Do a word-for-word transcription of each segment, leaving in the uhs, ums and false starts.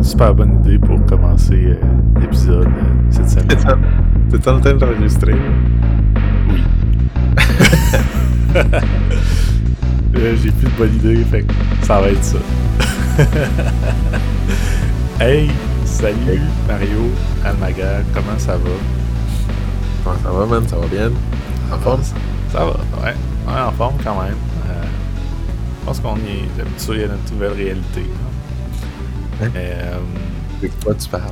super bonne idée pour commencer euh, l'épisode euh, cette semaine. T'es en, t'es en train d'enregistrer? Oui. euh, j'ai plus de bonne idée, fait que ça va être ça. Hey, salut Hey. Mario, Almaga, comment ça va? Comment ça va, man? Ça va bien? En forme? Ça, ça va, ouais. Ouais, en forme quand même. Euh, je pense qu'on est habitué à notre nouvelle réalité. Hein? Hein? Mais, euh, De quoi tu parles?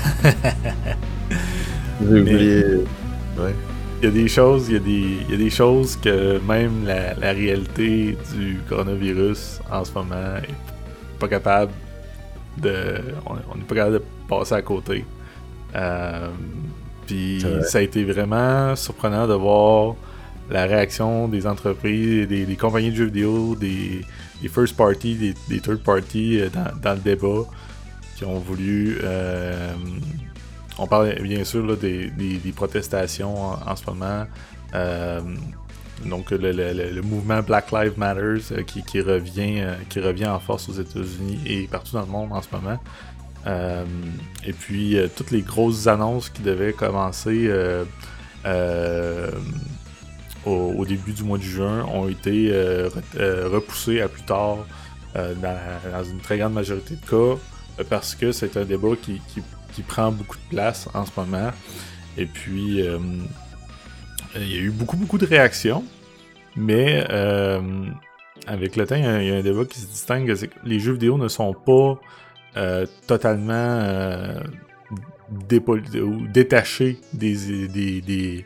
J'ai oublié. Ouais. Il y a des choses, il y a des, il y a des choses que même la, la réalité du coronavirus en ce moment est pas capable de, on n'est pas capable de passer à côté. Euh, Puis ça a été vraiment surprenant de voir la réaction des entreprises, des, des compagnies de jeux vidéo, des, des first party, des, des third party euh, dans, dans le débat, qui ont voulu. Euh, on parle bien sûr là, des, des, des protestations en, en ce moment. Euh, donc le, le, le mouvement Black Lives Matter euh, qui, qui, revient, euh, qui revient en force aux États-Unis et partout dans le monde en ce moment. Euh, et puis euh, toutes les grosses annonces qui devaient commencer euh, euh, au, au début du mois de juin ont été euh, re, euh, repoussées à plus tard euh, dans, dans une très grande majorité de cas euh, parce que c'est un débat qui, qui, qui prend beaucoup de place en ce moment. Et puis euh, il y a eu beaucoup beaucoup de réactions, mais euh, avec le temps il y, a, il y a un débat qui se distingue, c'est que les jeux vidéo ne sont pas Euh, totalement euh, dépol- ou détaché des, des, des,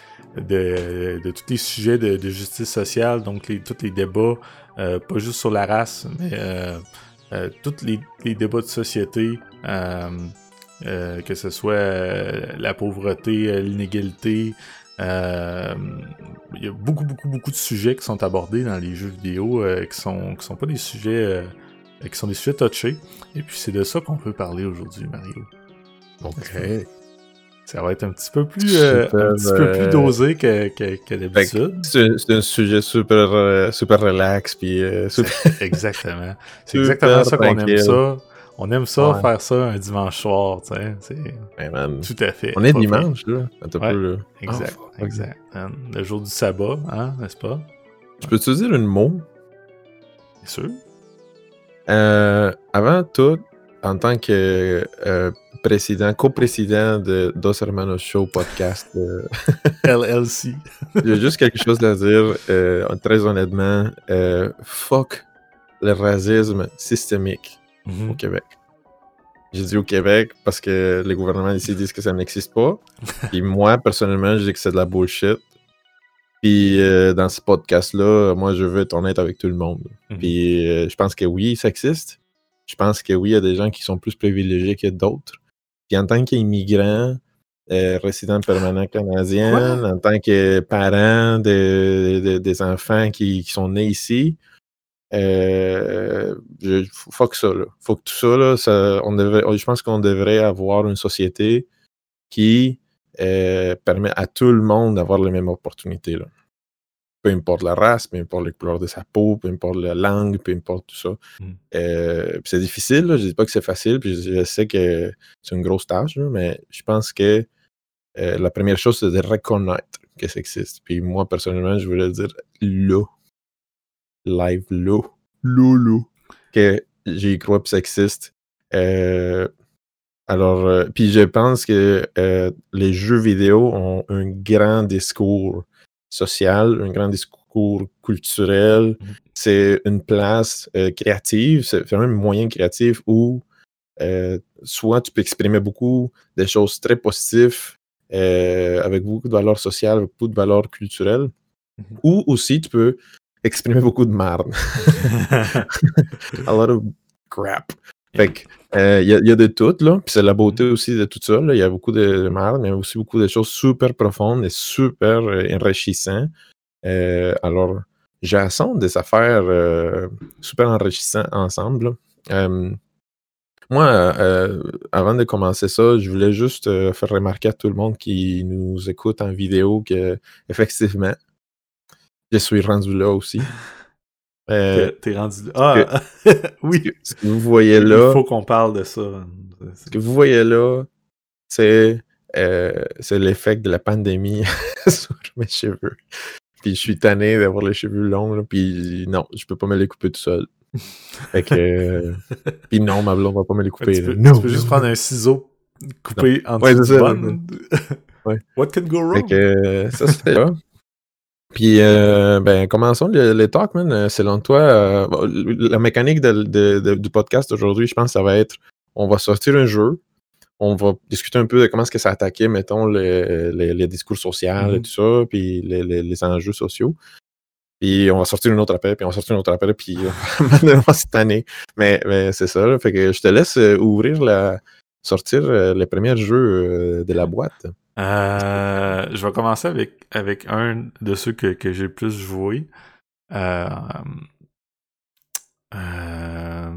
de, de tous les sujets de, de justice sociale, donc les, tous les débats, euh, pas juste sur la race, mais euh, euh, tous les, les débats de société, euh, euh, que ce soit euh, la pauvreté, euh, l'inégalité. Euh, il y a beaucoup, beaucoup, beaucoup de sujets qui sont abordés dans les jeux vidéo euh, qui sont, qui sont pas des sujets... Euh, qui sont des sujets touchés. Et puis c'est de ça qu'on peut parler aujourd'hui, Mario. Ok. Ça va être un petit peu plus, euh, Super, un petit peu plus dosé que, que, que d'habitude. C'est, c'est un sujet super, euh, super relax, puis euh, super... C'est, exactement. C'est exactement ça qu'on tranquille. aime ça. On aime ça, ouais. Faire ça un dimanche soir, tu sais. C'est ouais, man. Tout à fait. On est dimanche, là. Un ouais, peu, là. Exact, oh, exact. Okay. Le jour du sabbat, hein, n'est-ce pas? Je peux te dire un mot? Bien sûr. Euh, avant tout, en tant que euh, président, coprésident de Dos Hermanos Show podcast, euh, L L C, il y a juste quelque chose à dire, euh, très honnêtement, euh, fuck le racisme systémique mm-hmm. au Québec. J'ai dit au Québec parce que les gouvernements ici disent que ça n'existe pas. Puis moi, personnellement, je dis que c'est de la bullshit. Puis euh, dans ce podcast-là, moi, je veux être honnête avec tout le monde. Mm-hmm. Puis euh, je pense que oui, ça existe. Je pense que oui, il y a des gens qui sont plus privilégiés que d'autres. Puis en tant qu'immigrant, euh, résident permanent canadien, Quoi? En tant que parent de, de, des enfants qui, qui sont nés ici, euh, je, fuck ça, là. Faut que tout ça, là, ça on devrait, je pense qu'on devrait avoir une société qui euh, permet à tout le monde d'avoir les mêmes opportunités, là. Peu importe la race, peu importe la couleur de sa peau, peu importe la langue, peu importe tout ça. Mm. Euh, c'est difficile, là. Je dis pas que c'est facile, puis je, je sais que c'est une grosse tâche, là, mais je pense que euh, la première chose, c'est de reconnaître que ça existe. Puis moi, personnellement, je voulais dire là, live là, là, là, que j'y crois que ça existe. Euh, alors, euh, puis je pense que euh, les jeux vidéo ont un grand discours social, un grand discours culturel. Mm-hmm. C'est une place euh, créative, c'est vraiment un moyen créatif où euh, soit tu peux exprimer beaucoup de choses très positives euh, avec beaucoup de valeurs sociales, avec beaucoup de valeurs culturelles, mm-hmm. ou aussi tu peux exprimer beaucoup de merde. A lot of crap. Fait que, il euh, y, y a de tout, là. Puis c'est la beauté aussi de tout ça, là. Il y a beaucoup de merde, mais aussi beaucoup de choses super profondes et super euh, enrichissantes. Euh, alors, j'assemble des affaires euh, super enrichissantes ensemble, euh, moi, euh, avant de commencer ça, je voulais juste euh, faire remarquer à tout le monde qui nous écoute en vidéo que, effectivement, je suis rendu là aussi. Euh, T'es, t'es rendu... ce que, Ah! ce Oui! que, ce que vous voyez Il là, faut qu'on parle de ça. ce que vous voyez là, c'est, euh, c'est l'effet de la pandémie sur mes cheveux. Puis je suis tanné d'avoir les cheveux longs, là, puis non, je peux pas me les couper tout seul. Fait que... euh, Puis non, ma blonde va pas me les Fait que couper. tu Là. peux, Non, tu peux juste non, prendre non. un ciseau Non. coupé en Ouais, dessous c'est du ça. là, bun. Ouais. What can go Fait wrong? que euh, ça se fait là. Puis, euh, ben, commençons les, les talks, man. Euh, Selon toi, euh, bon, l- la mécanique de- de- de- du podcast aujourd'hui, je pense que ça va être, on va sortir un jeu, on va discuter un peu de comment est-ce que ça attaquait, mettons, les, les- les discours sociaux et Mhm. tout ça, puis les, les- les enjeux sociaux. Puis on va sortir une autre appel, puis on va sortir une autre appel, puis on va on va cette année. Mais, mais c'est ça, là. Fait que je te laisse euh, ouvrir la... sortir euh, les premiers jeux euh, de la boîte. Euh, je vais commencer avec, avec un de ceux que, que j'ai le plus joué. Euh, euh,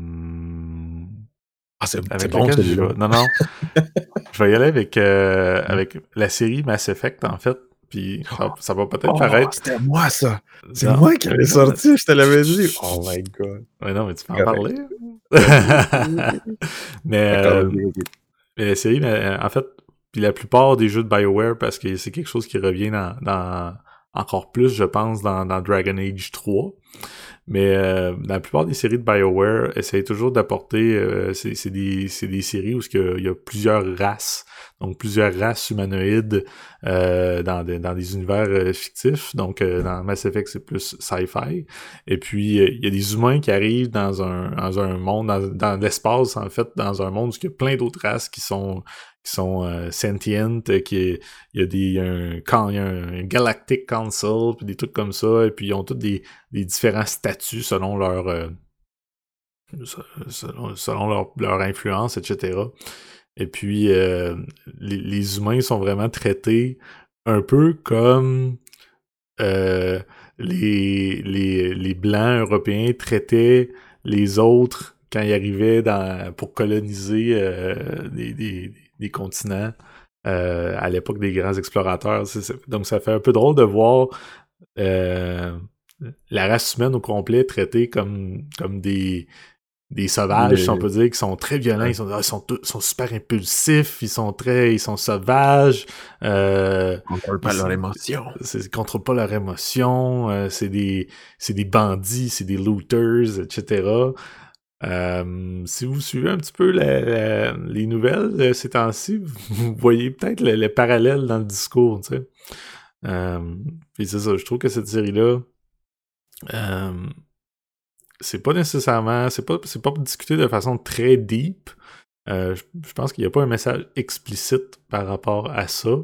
Ah, c'est c'est avec bon lequel je celui-là. vais. Non, non. Je vais y aller avec, euh, avec la série Mass Effect, en fait. Puis ça, ça va peut-être Oh, paraître. c'était moi ça! C'est Non, moi qui mais l'ai non, mais- sorti, je te l'avais dit. Oh my god. Ouais, non, mais tu peux en Correct. parler. Vas-y, vas-y, vas-y. mais, D'accord, euh, vas-y, vas-y. mais la série, mais, en fait, puis la plupart des jeux de BioWare, parce que c'est quelque chose qui revient dans, dans encore plus, je pense, dans, dans Dragon Age trois. Mais euh, la plupart des séries de BioWare essayent toujours d'apporter... Euh, c'est, c'est, des, c'est des séries où il y a plusieurs races. Donc, plusieurs races humanoïdes euh, dans, de, dans des univers euh, fictifs. Donc, euh, dans Mass Effect, c'est plus sci-fi. Et puis, il euh, y a des humains qui arrivent dans un, dans un monde, dans, dans l'espace, en fait, dans un monde où il y a plein d'autres races qui sont qui sont euh, sentientes, qui il y a des un, quand il y a un Galactic Council puis des trucs comme ça, et puis ils ont tous des, des différents statuts selon leur euh, selon, selon leur, leur influence, et cetera. Et puis euh, les, les humains sont vraiment traités un peu comme euh, les, les, les Blancs européens traitaient les autres quand ils arrivaient dans, pour coloniser euh, des, des, des continents euh, à l'époque des grands explorateurs. C'est, c'est, donc ça fait un peu drôle de voir euh, la race humaine au complet traitée comme, comme des, des sauvages, si on Les... peut dire, qui sont très violents, Ouais. ils sont, ils sont, ils sont super impulsifs, ils sont très, ils sont sauvages. Euh, On contrôle pas ils, leur émotion. c'est, ils contrôlent pas leurs émotions. Euh, c'est des, c'est des bandits, c'est des looters, et cetera. Euh, si vous suivez un petit peu la, la, les nouvelles euh, ces temps-ci, vous voyez peut-être le, le parallèle dans le discours, tu sais. Euh, puis c'est ça, je trouve que cette série-là, euh, c'est pas nécessairement, c'est pas, c'est pas discuté de façon très deep. Euh, je, je pense qu'il n'y a pas un message explicite par rapport à ça,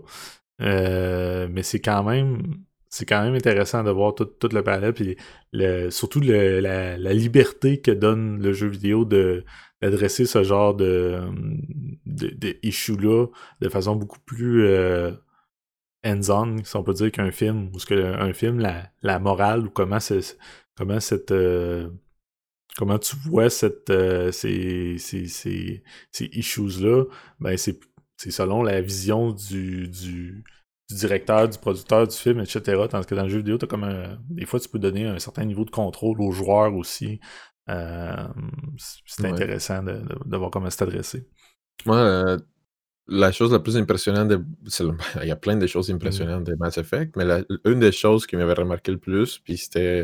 euh, mais c'est quand même, c'est quand même intéressant de voir tout, tout le parallèle, puis le, surtout le, la, la liberté que donne le jeu vidéo de d'adresser ce genre de, de, de issue-là de façon beaucoup plus euh, hands-on, si on peut dire, qu'un film, ou ce que un film, la, la morale, ou comment c'est, comment cette euh, comment tu vois cette euh, ces, ces, ces, ces issues-là, ben c'est, c'est selon la vision du, du, du directeur, du producteur du film, et cetera. Tandis que dans le jeu vidéo, t'as comme un, des fois tu peux donner un certain niveau de contrôle aux joueurs aussi. Euh, c'est Ouais. intéressant de, de, de voir comment c'est adressé. Moi, euh, la chose la plus impressionnante, de... c'est le- il y a plein de choses impressionnantes de Mass Effect, mais la- une des choses qui m'avait remarqué le plus, puis c'était,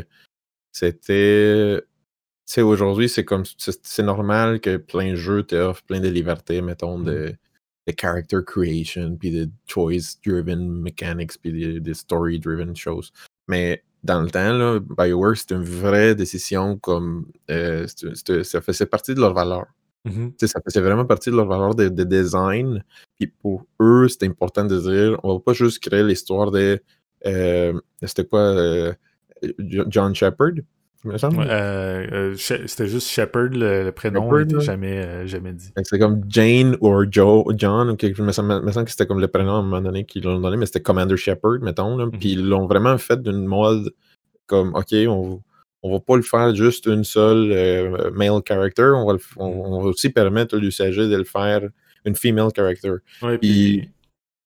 c'était, tu sais, aujourd'hui, c'est comme, c'est, c'est normal que plein de jeux t'offrent plein de libertés, mettons, de, de character creation, puis de choice-driven mechanics, puis de, de story-driven choses. Mais dans le temps, là, BioWare, c'était une vraie décision comme, euh, c'était- c'était- ça faisait partie de leur valeur. Mm-hmm. Tu sais, ça faisait vraiment partie de leur valeur de, de design. Puis pour eux, c'était important de dire, on va pas juste créer l'histoire de, euh, c'était quoi, euh, John Shepard, il me semble. Ouais, euh, euh, c'était juste Shepard, le, le prénom Shepard, n'était là. jamais, euh, jamais dit. Fait que c'était comme Jane ou Joe, John, ou quelque chose. Il me semble, me semble que c'était comme le prénom à un moment donné qu'ils l'ont donné, mais c'était Commander Shepard, mettons. Là. Mm-hmm. Puis ils l'ont vraiment fait d'une mode comme, OK, on, on va pas le faire juste une seule euh, male character, on va, le, on, on va aussi permettre à l'usager de le faire une female character. Ouais, puis, puis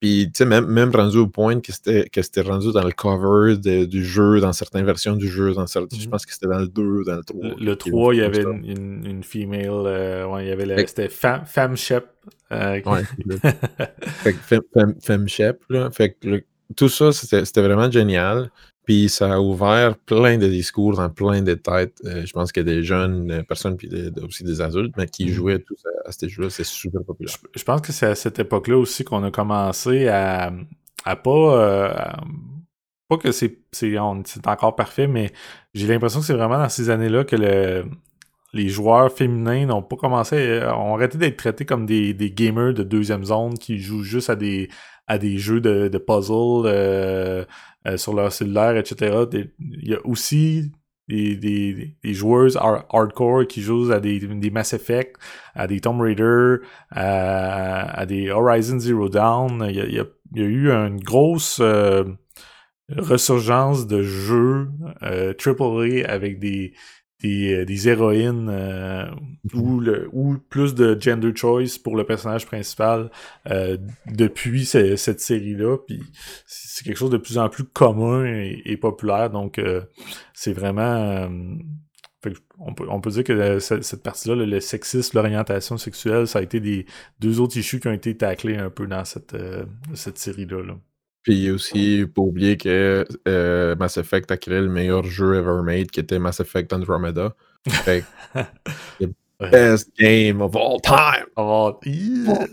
Puis, tu sais, même, même rendu au point que c'était, que c'était rendu dans le cover de, du jeu, dans certaines versions du jeu, dans certaines, mm-hmm. je pense que c'était dans le deux, dans le trois. Le, le trois, il y avait une, une, une female, euh, ouais, il y avait le, c'était Fem, Femshep. Euh, ouais, fait que Fem, Fem, Femshep, là. Fait que le, tout ça, c'était, c'était vraiment génial. Puis ça a ouvert plein de discours dans plein de têtes. Euh, je pense qu'il y a des jeunes personnes, puis de, de, aussi des adultes, mais qui jouaient tous à, à ces jeux-là. C'est super populaire. Je, je pense que c'est à cette époque-là aussi qu'on a commencé à, à pas... Euh, à, pas que c'est, c'est, on, c'est encore parfait, mais j'ai l'impression que c'est vraiment dans ces années-là que le, les joueurs féminins n'ont pas commencé... À, ont arrêté d'être traités comme des, des gamers de deuxième zone qui jouent juste à des, à des jeux de, de puzzle... Euh, Euh, sur leur cellulaire, et cetera. Il y a aussi des, des, des joueuses hard- hardcore qui jouent à des, des Mass Effect, à des Tomb Raider, à, à des Horizon Zero Dawn. Il y a, il y a, il y a eu une grosse euh, resurgence de jeux euh, triple A avec des, des, des héroïnes euh, ou, le, ou plus de gender choice pour le personnage principal euh, depuis ce, cette série-là. Puis c'est quelque chose de plus en plus commun et, et populaire. Donc euh, c'est vraiment... Euh, fait on, peut, on peut dire que la, cette, cette partie-là, le, le sexisme, l'orientation sexuelle, ça a été des deux autres issues qui ont été taclés un peu dans cette, euh, cette série-là. Là. Puis aussi, pas oublier que euh, Mass Effect a créé le meilleur jeu ever made, qui était Mass Effect Andromeda. Fait que, the best game of all time! Of all... Yeah.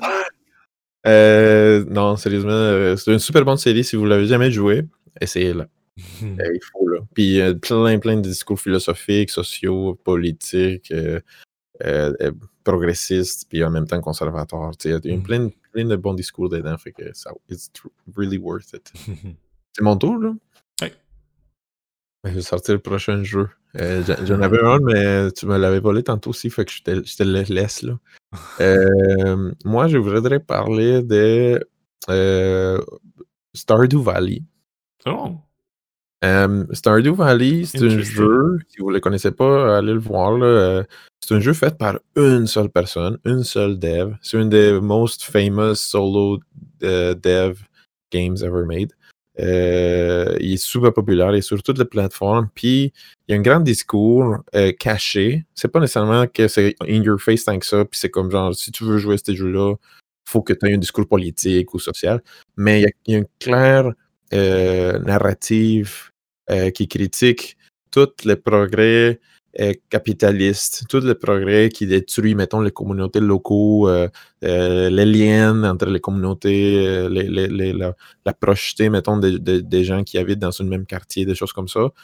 Euh, non, sérieusement, euh, c'est une super bonne série. Si vous l'avez jamais joué, essayez-la. euh, il faut, là. Puis euh, plein, plein de discours philosophiques, sociaux, politiques, euh, euh, euh, progressistes, puis en même temps conservateurs. Il y a mm. plein, plein de bons discours dedans. Fait que ça, it's really worth it. C'est mon tour, là? Oui. Je vais sortir le prochain jeu. Euh, j'en avais un, mais tu me l'avais volé tantôt aussi, fait que je te, je te le laisse, là. Euh, moi, je voudrais parler de euh, Stardew Valley. Oh! Um, Stardew Valley, c'est un jeu, si vous ne le connaissez pas, allez le voir. Là, c'est un jeu fait par une seule personne, une seule dev. C'est une des most famous solo uh, dev games ever made. Euh, il est super populaire, il est sur toutes les plateformes. Puis, il y a un grand discours euh, caché. C'est pas nécessairement que c'est in your face tant que ça. Puis, c'est comme genre, si tu veux jouer à ces jeux-là, il faut que tu aies un discours politique ou social. Mais il y a, il y a une claire euh, narrative euh, qui critique tous les progrès euh, capitalistes, tous les progrès qui détruisent, mettons, les communautés locaux, euh, euh, les liens entre les communautés, euh, les, les, les, la, la procheté, mettons, des de, de gens qui habitent dans un même quartier, des choses comme ça.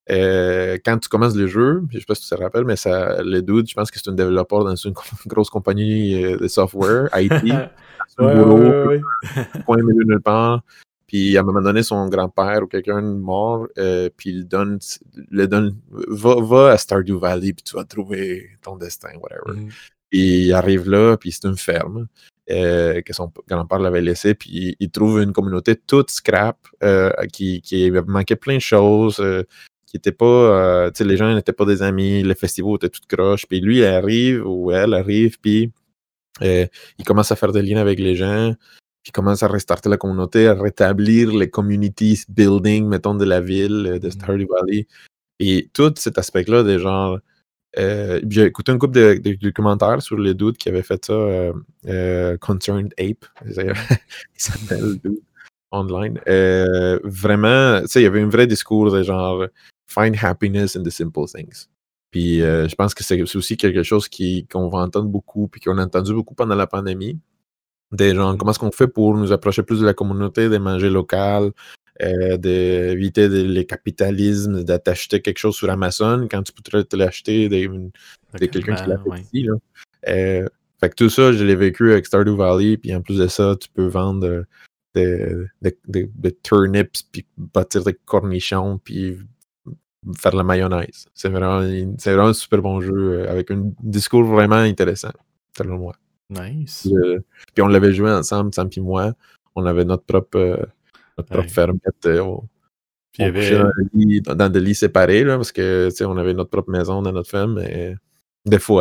Euh, quand tu commences le jeu, je ne sais pas si tu te rappelles, mais ça, le dude, je pense que c'est un développeur dans une grosse compagnie de software, I T, un ouais, boulot, ouais, ouais. point milieu nulle part. Puis à un moment donné, son grand-père ou quelqu'un mort, euh, puis il donne, le donne va, va à Stardew Valley, puis tu vas trouver ton destin, whatever. Mm-hmm. Puis il arrive là, puis c'est une ferme euh, que son grand-père l'avait laissée, puis il, il trouve une communauté toute scrap, euh, qui, qui manquait plein de choses, euh, qui n'étaient pas, euh, tu sais, les gens n'étaient pas des amis, les festivals étaient tout croche, puis lui, il arrive, ou elle arrive, puis euh, il commence à faire des liens avec les gens, puis commence à restarter la communauté, à rétablir les communities building, mettons, de la ville, de Stardew Valley. Et tout cet aspect-là, des genre... Euh, j'ai écouté une couple de, de, de commentaires sur les dudes qui avaient fait ça, euh, euh, Concerned Ape, il s'appelle le dude, online. Euh, vraiment, tu sais, il y avait un vrai discours de genre « Find happiness in the simple things ». Puis euh, je pense que c'est aussi quelque chose qui, qu'on va entendre beaucoup, puis qu'on a entendu beaucoup pendant la pandémie. Des gens, comment est-ce qu'on fait pour nous approcher plus de la communauté, de manger local, euh, d'éviter de, le capitalisme, d'acheter quelque chose sur Amazon quand tu pourrais te l'acheter de, de quelqu'un qui l'a fait ouais. ici. Là. Euh, fait que tout ça, je l'ai vécu avec Stardew Valley, puis en plus de ça, tu peux vendre des de, de, de turnips, puis bâtir des cornichons, puis faire de la mayonnaise. C'est vraiment, c'est vraiment un super bon jeu avec un discours vraiment intéressant, selon moi. Nice. Euh, puis on l'avait joué ensemble, Sam et moi. On avait notre propre, euh, notre propre ouais. fermette. Euh, on on avait... couchait dans, lit, dans des lits séparés, là, parce que on avait notre propre maison dans notre ferme. Mais des fois,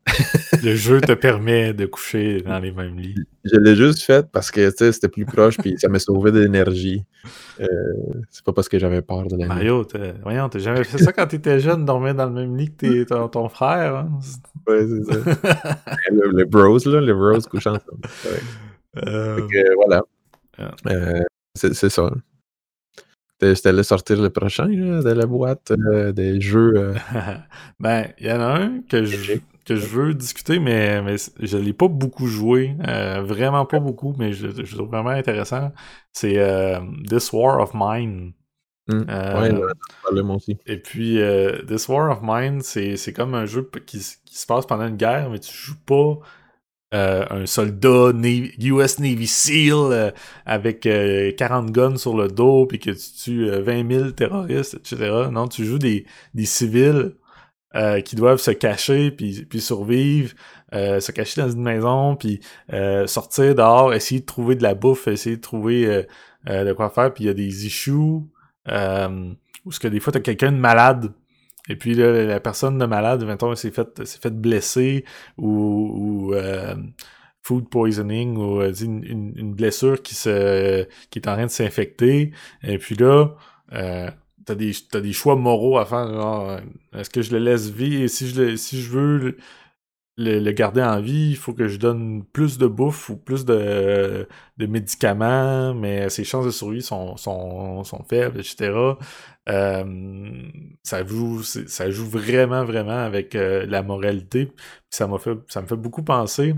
Le jeu te permet de coucher dans les mêmes lits. Je l'ai juste fait parce que c'était plus proche puis ça m'a sauvé de l'énergie. Euh, c'est pas parce que j'avais peur de la Mario, nuit. t'as... voyons, t'as jamais fait ça quand t'étais jeune, dormir dans le même lit que tes... ton, ton frère? Hein? Ouais, c'est ça. le, le bros, là, le bros couchant ensemble. Ouais. Euh... Fait que, voilà. Yeah. Euh, c'est, c'est ça. Je t'allais sortir le prochain là, de la boîte euh, des jeux. Euh... ben, il y en a un que je, que je veux discuter, mais, mais je l'ai pas beaucoup joué. Euh, vraiment pas beaucoup, mais je, je trouve vraiment intéressant. C'est euh, This War of Mine. Mmh. Euh, ouais, je parlais moi aussi. Et puis, euh, This War of Mine, c'est, c'est comme un jeu qui, qui se passe pendant une guerre, mais tu joues pas Euh, un soldat Navy, U S Navy SEAL euh, avec euh, quarante guns sur le dos puis que tu tues euh, vingt mille terroristes, et cetera. Non, tu joues des, des civils euh, qui doivent se cacher puis, puis survivre, euh, se cacher dans une maison puis euh, sortir dehors, essayer de trouver de la bouffe, essayer de trouver euh, euh, de quoi faire. Puis il y a des issues euh, où ce que des fois t'as quelqu'un de malade. Et puis là, la personne de malade, mettons, s'est fait, s'est fait blesser ou, ou euh, food poisoning ou euh, une, une, une blessure qui se qui est en train de s'infecter. Et puis là, euh, t'as des t'as des choix moraux à faire. Genre, est-ce que je le laisse vivre? Et si je le, si je veux le, le, le garder en vie, il faut que je donne plus de bouffe ou plus de, de médicaments, mais ses chances de survie sont, sont, sont faibles, et cetera. Euh, ça joue ça joue vraiment vraiment avec euh, la moralité. Puis ça m'a fait ça me fait beaucoup penser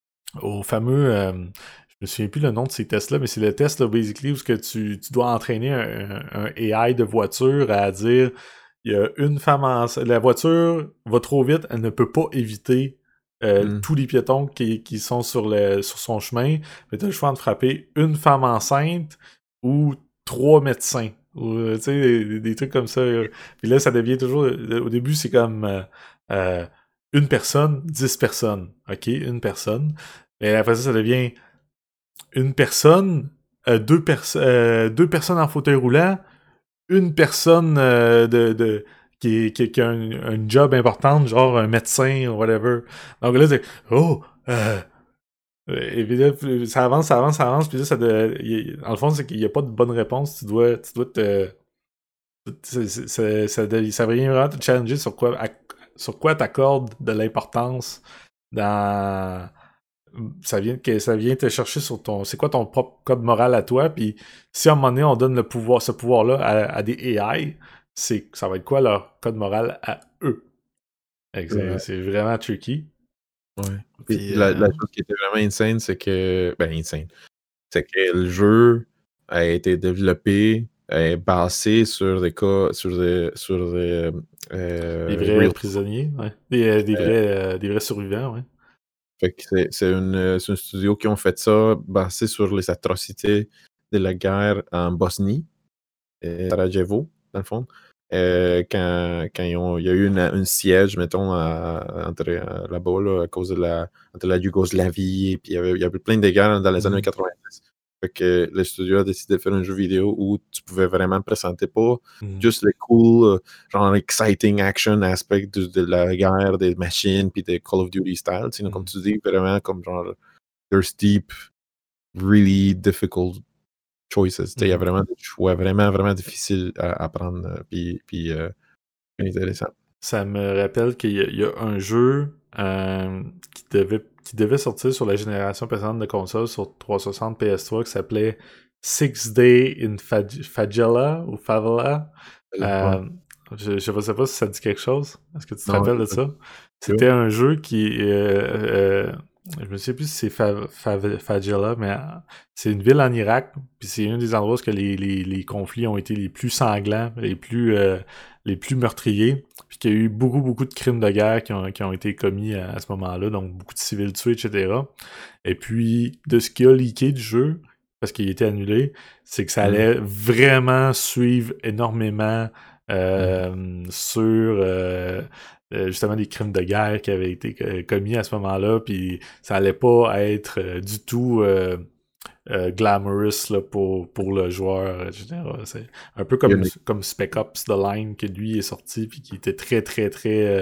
au fameux euh, je me souviens plus le nom de ces tests là, mais c'est le test là, basically où ce que tu, tu dois entraîner un, un A I de voiture à dire il y a une femme enceinte, la voiture va trop vite, elle ne peut pas éviter euh, mm. tous les piétons qui, qui sont sur le sur son chemin, mais tu as le choix de frapper une femme enceinte ou trois médecins. Ou, tu sais, des, des trucs comme ça. Puis là, ça devient toujours... Au début, c'est comme euh, euh, une personne, dix personnes. OK, une personne. Et après ça, ça devient une personne, euh, deux, pers- euh, deux personnes en fauteuil roulant, une personne euh, de... de qui, qui, qui a un, un job important, genre un médecin ou whatever. Donc là, c'est... Oh! Euh, Et puis là, ça avance, ça avance, ça avance, puis là, ça de, y, dans le fond, c'est qu'il n'y a pas de bonne réponse. Tu dois, tu dois te... Ça, ça, ça, ça vient vraiment te challenger sur quoi, à, sur quoi t'accordes de l'importance dans... Ça vient, que, ça vient te chercher sur ton... C'est quoi ton propre code moral à toi, puis si à un moment donné, on donne le pouvoir, ce pouvoir-là à, à des A I, c'est, ça va être quoi leur code moral à eux? C'est, ouais. C'est vraiment tricky. Ouais. Puis, la, euh... la chose qui était vraiment insane, c'est que. Ben, insane. C'est que le jeu a été développé, est basé sur des cas. Sur des. Sur des euh, des vrais real... prisonniers, ouais. Des, des, vrais, euh, des vrais survivants, ouais. Fait que c'est, c'est, une, c'est un studio qui ont fait ça basé sur les atrocités de la guerre en Bosnie, et Sarajevo, dans le fond. Euh, quand, quand ils ont, il y a eu une, un siège, mettons, à, entre, à, là-bas, là, à cause de la, entre la Yougoslavie, puis il y avait, il y avait plein de guerres dans les années quatre-vingt-dix. Fait que le studio a décidé de faire un jeu vidéo où tu pouvais vraiment présenter pas mm. juste le cool, genre exciting action aspect de, de la guerre, des machines, puis des Call of Duty style, tu sais, mm. comme tu dis, vraiment comme genre there's deep, really difficult choices. Il mm-hmm. y a vraiment des choix vraiment, vraiment difficiles à, à prendre, puis, puis euh, intéressant. Ça me rappelle qu'il y a, il y a un jeu euh, qui, devait, qui devait sortir sur la génération précédente de consoles sur trois cent soixante P S trois qui s'appelait Six Day in Fag- Fagella ou Favela. Euh, je, je ne sais pas si ça dit quelque chose. Est-ce que tu te non, rappelles de ça? C'était un jeu qui... Euh, euh, je me sais plus si c'est Fa- Fa- Fagella, mais c'est une ville en Irak, puis c'est un des endroits où les, les, les conflits ont été les plus sanglants, les plus, euh, les plus meurtriers, puis qu'il y a eu beaucoup, beaucoup de crimes de guerre qui ont, qui ont été commis à, à ce moment-là, donc beaucoup de civils tués, et cetera. Et puis, de ce qui a leaké du jeu, parce qu'il a été annulé, c'est que ça allait mmh. vraiment suivre énormément euh, mmh. sur... Euh, Euh, justement des crimes de guerre qui avaient été euh, commis à ce moment-là, puis ça allait pas être euh, du tout euh, euh, glamorous là, pour, pour le joueur, et cetera. C'est un peu comme, comme Spec Ops The Line, que lui est sorti, puis qui était très, très, très euh,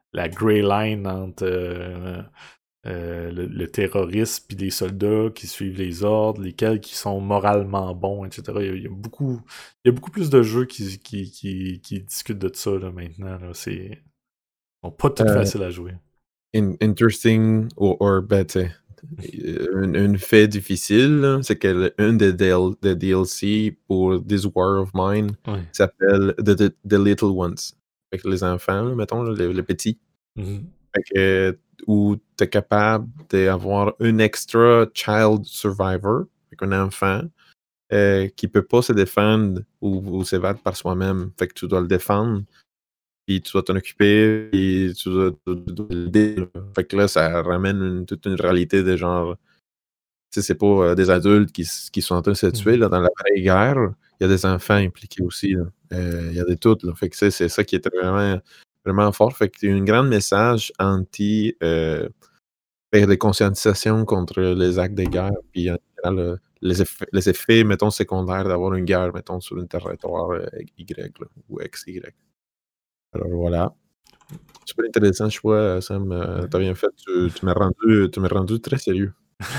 la grey line entre euh, euh, le, le terroriste puis les soldats qui suivent les ordres, lesquels qui sont moralement bons, et cetera. Il y a, il y a beaucoup, il y a beaucoup plus de jeux qui, qui, qui, qui discutent de ça là, maintenant. Là. C'est, ils sont pas tout Euh, faciles à jouer. in- interesting, ou or, ben, tu sais, un, un fait difficile, là, c'est que le- un des D L des D L C pour This War of Mine Ouais. s'appelle the, the, The Little Ones. Fait que les enfants, là, mettons, là, les, les petits. Mhm. Fait que, où tu es capable d'avoir un extra child survivor, avec un enfant, euh, qui peut pas se défendre ou, ou s'évade par soi-même. Fait que tu dois le défendre, puis tu dois t'en occuper, puis tu dois, tu dois l'aider. Là. Fait que là, ça ramène une- toute une réalité de genre, tu sais, c'est pas euh, des adultes qui, s- qui sont en train de se tuer, Mhm. là, dans la vraie guerre, il y a des enfants impliqués aussi, là. Euh, il y a des toutes, là. Fait que c'est c'est ça qui est vraiment, vraiment fort. Fait que c'est un grand message anti, euh, ben, de conscientisation contre les actes de guerre, puis en général, euh, les effets, les effets, mettons, secondaires d'avoir une guerre, mettons, sur un territoire euh, Y, là, ou X Y. Alors voilà. Super intéressant choix, Sam. Euh, Ouais. t'as bien fait. Tu, tu m'as rendu, tu m'as rendu très sérieux.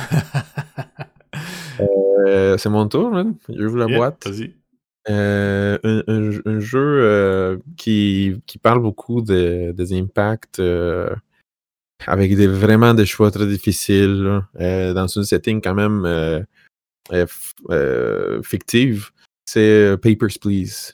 Euh, c'est mon tour, man. J'ouvre la Yeah, boîte. vas-y. Euh, un, un- un jeu euh, qui, qui parle beaucoup de- des impacts euh, avec des, vraiment des choix très difficiles là, euh, dans une setting quand même euh, euh, f- euh, fictive, c'est euh, Papers, Please.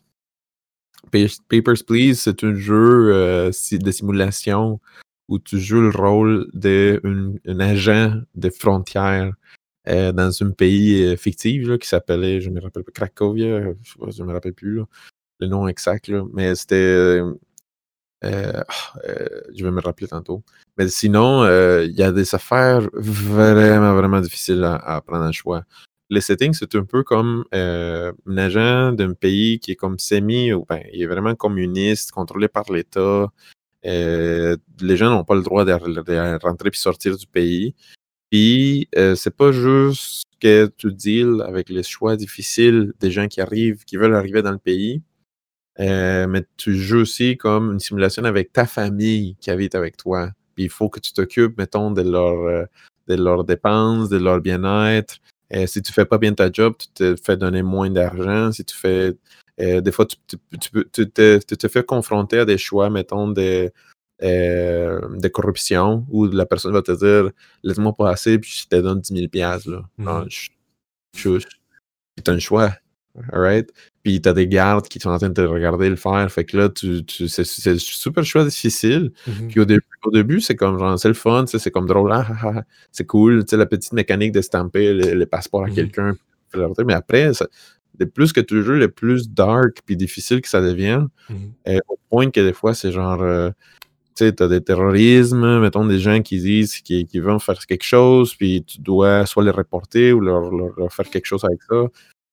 Pa- Papers, Please, c'est un jeu euh, si- de simulation où tu joues le rôle d'un agent de frontière euh, dans un pays euh, fictif là, qui s'appelait, je me rappelle pas, Cracovia, je sais pas, je me rappelle plus là, le nom exact, là, mais c'était euh, euh, ah, euh, je vais me rappeler tantôt. Mais sinon, euh, il y a des affaires vraiment, vraiment difficiles à, à prendre en choix. Le setting, c'est un peu comme euh, un agent d'un pays qui est comme semi, ou ben, il est vraiment communiste, contrôlé par l'État. Euh, les gens n'ont pas le droit de, de rentrer puis sortir du pays. Puis, euh, c'est pas juste que tu deals avec les choix difficiles des gens qui arrivent, qui veulent arriver dans le pays. Euh, mais tu joues aussi comme une simulation avec ta famille qui habite avec toi. Puis il faut que tu t'occupes, mettons, de, leur, euh, de leurs dépenses, de leur bien-être. Euh, si tu fais pas bien ta job, tu te fais donner moins d'argent. Si tu fais. Euh, des fois, tu, tu, tu, peux- tu te, tu te fais confronter à des choix, mettons, de, euh, de corruption, où la personne va te dire laisse-moi passer, puis je te donne dix mille piastres. Là. Non, Mhm. je, je, c'est un choix. Alright? Puis t'as des gardes qui sont en train de te regarder le faire. Fait que là, tu, tu, c'est, c'est un super choix difficile. Mhm. Puis au début, au début c'est comme genre, c'est le fun, tu sais, c'est comme drôle, ah, ah, ah, c'est cool, tu sais, la petite mécanique de stamper le, le passeport à Mhm. quelqu'un. Mais après, ça, de plus que tu joues, le plus dark puis difficile que ça devient. Mhm. Euh, au point que des fois, c'est genre, euh, tu sais, t'as des terrorismes, mettons des gens qui disent qu'ils, qu'ils vont faire quelque chose, puis tu dois soit les reporter ou leur, leur, leur faire quelque chose avec ça.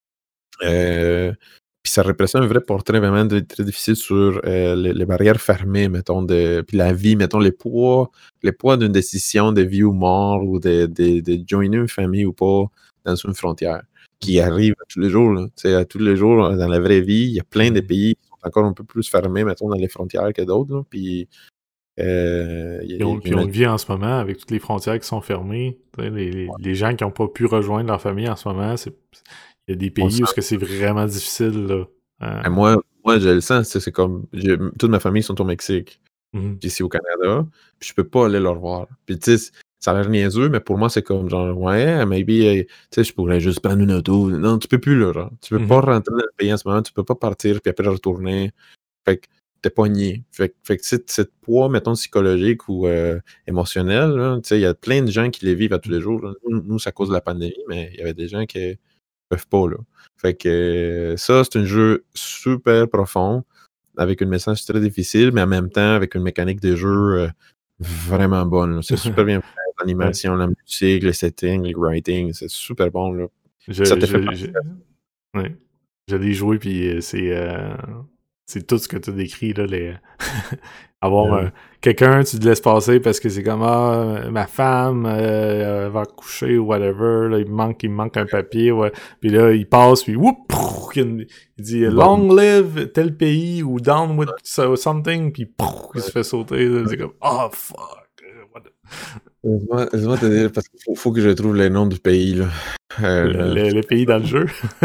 Euh, puis ça représente un vrai portrait vraiment de- très difficile sur euh, les, les barrières fermées, mettons, de, puis la vie, mettons, les poids, les poids d'une décision de vie ou mort ou de, de, de joiner une famille ou pas dans une frontière qui Mhm. arrive à tous les jours. Là. Tu sais, à tous les jours, dans la vraie vie, il y a plein de Mhm. pays qui sont encore un peu plus fermés, mettons, dans les frontières que d'autres. Là. Puis, euh, il y a- Puis on, il y puis en on a- le vit en ce moment avec toutes les frontières qui sont fermées. Tu sais, Les, les, les gens qui n'ont pas pu rejoindre leur famille en ce moment, c'est, il y a des on pays où ce que c'est vraiment difficile. Là. Euh, sent- moi, moi, je le sens, tu sais, c'est comme, j'ai- toute ma famille sont au Mexique. mhm. Ici au Canada, puis je peux pas aller leur voir. Puis tu sais, ça a l'air niaiseux, mais pour moi, c'est comme genre, ouais, maybe, euh, tu sais, je pourrais juste prendre une auto. Non, tu peux plus, là, genre. Tu peux pas Mhm. rentrer dans le pays en ce moment, tu peux pas partir, puis après retourner. Fait que t'es pogné. Fait, que- fait que c'est ce poids, mettons, psychologique ou euh, émotionnel, là, tu sais, il y a plein de gens qui les vivent à tous les jours. Là. Nous, nous, c'est à cause de la pandémie, mais il y avait des gens qui peuvent pas, là. Fait que euh, ça, c'est un jeu super profond avec un message très difficile, mais en même temps avec une mécanique de jeu euh, vraiment bonne. Là. C'est super bien fait. Ouais. L'animation, la musique, le setting, le writing, c'est super bon. Là. Ça Je, te fait je, penser je, à ouais. Je l'ai joué, puis euh, c'est, euh, c'est tout ce que tu as décrit, là, les... avoir Ouais. un- quelqu'un, tu te laisses passer parce que c'est comme ah, ma femme euh, elle va coucher ou whatever, là, il me manque, il me manque un papier, ouais. Puis là, il passe, puis whoop, prrr, il il dit Bon. long live tel pays ou down with so- something, puis prrr, il se fait sauter, là, c'est comme oh fuck. euh, what the- Laisse-moi laisse-moi te dire, parce qu'il faut, faut que je trouve les noms du pays, là. Euh, Le, le, le- le pays dans le jeu.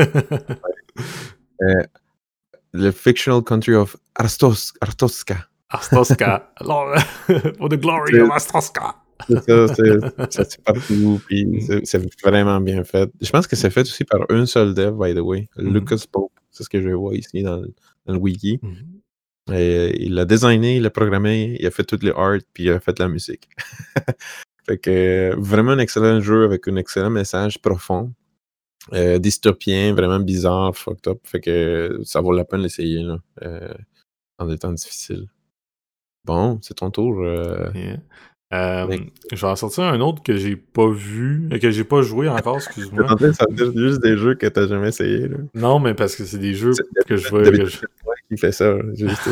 euh, le fictional country of Artos, Artoska. Astoska. Alors, for the glory C'est- of Astoska. C'est ça, c'est, ça c'est partout, puis c'est, c'est vraiment bien fait. Je pense que c'est fait aussi par un seul dev, by the way, Mhm. Lucas Pope. C'est ce que je vois ici dans, le- dans le wiki. Mhm. Et il l'a designé, il l'a programmé, il a fait toutes les art, puis il a fait la musique. Fait que euh, vraiment un excellent jeu avec un excellent message profond, euh, dystopien, vraiment bizarre, fucked up. Fait que ça vaut la peine d'essayer là, euh, en des temps difficiles. Bon, c'est ton tour. euh, Yeah. Euh, Nick. je vais en sortir un autre que j'ai pas vu, euh, que j'ai pas joué encore, T'es excuse-moi. en train de sortir juste des jeux que t'as jamais essayé. Là. Non, mais parce que c'est des jeux C'est- que je veux. D'habitude, que je- c'est toi qui fais ça. Juste...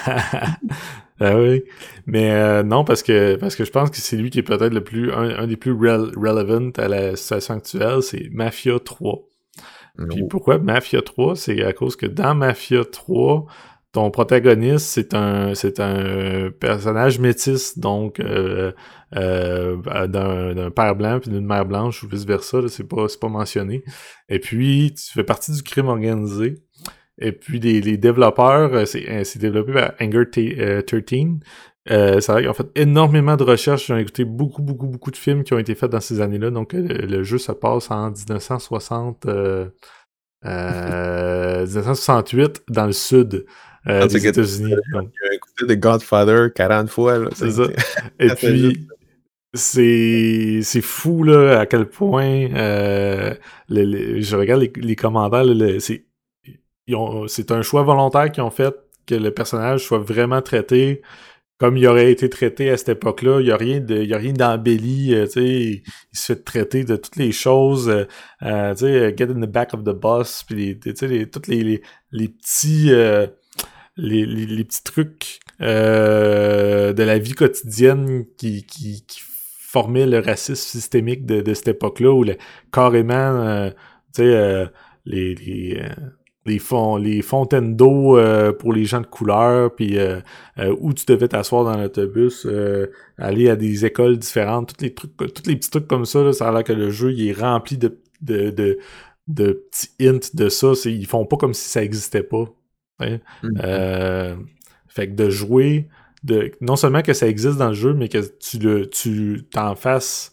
Ah oui. Mais euh, non, parce que parce que je pense que c'est lui qui est peut-être le plus un, un des plus rel- relevant à la situation actuelle, c'est Mafia trois. Puis Non. pourquoi Mafia trois? C'est à cause que dans Mafia trois, ton protagoniste, c'est un c'est un personnage métis, donc euh, euh, d'un, d'un père blanc puis d'une mère blanche ou vice-versa, là, c'est pas, c'est pas mentionné. Et puis, tu fais partie du crime organisé. Et puis, les, les développeurs, euh, c'est, euh, c'est développé par Anger T- euh, treize. Euh, c'est vrai qu'ils ont fait énormément de recherches. Ils ont écouté beaucoup, beaucoup, beaucoup de films qui ont été faits dans ces années-là. Donc, euh, le, le jeu se passe en dix-neuf cent soixante... Euh, euh, dix-neuf cent soixante-huit dans le sud euh, Ah, des c'est que- États-Unis. Donc, J'ai écouté The Godfather quarante fois. Là, c'est c'est- ça. Et c'est puis, c'est c'est fou là à quel point euh, le- le- je regarde les, les commentaires. Là, le- c'est ils ont- c'est un choix volontaire qu'ils ont fait que le personnage soit vraiment traité comme il aurait été traité à cette époque-là. Il y a rien de, il y a rien d'embelli. euh, tu sais, il, il se fait traiter de toutes les choses. euh, euh, tu sais, get in the back of the bus, puis les, tu sais, les, toutes les, les, les petits, euh, les, les, les petits trucs euh, de la vie quotidienne qui, qui, qui formaient le racisme systémique de, de cette époque-là, où le, carrément, euh, tu sais, euh, les, les, euh, les, fon- les fontaines d'eau euh, pour les gens de couleur, puis euh, euh, où tu devais t'asseoir dans l'autobus, euh, aller à des écoles différentes, tous les trucs, tous les petits trucs comme ça, là, ça a l'air que le jeu il est rempli de, de, de, de petits hints de ça. C'est, ils font pas comme si ça existait pas. Hein? Mhm. Euh, fait que de jouer, de non seulement que ça existe dans le jeu, mais que tu le tu t'en fasses,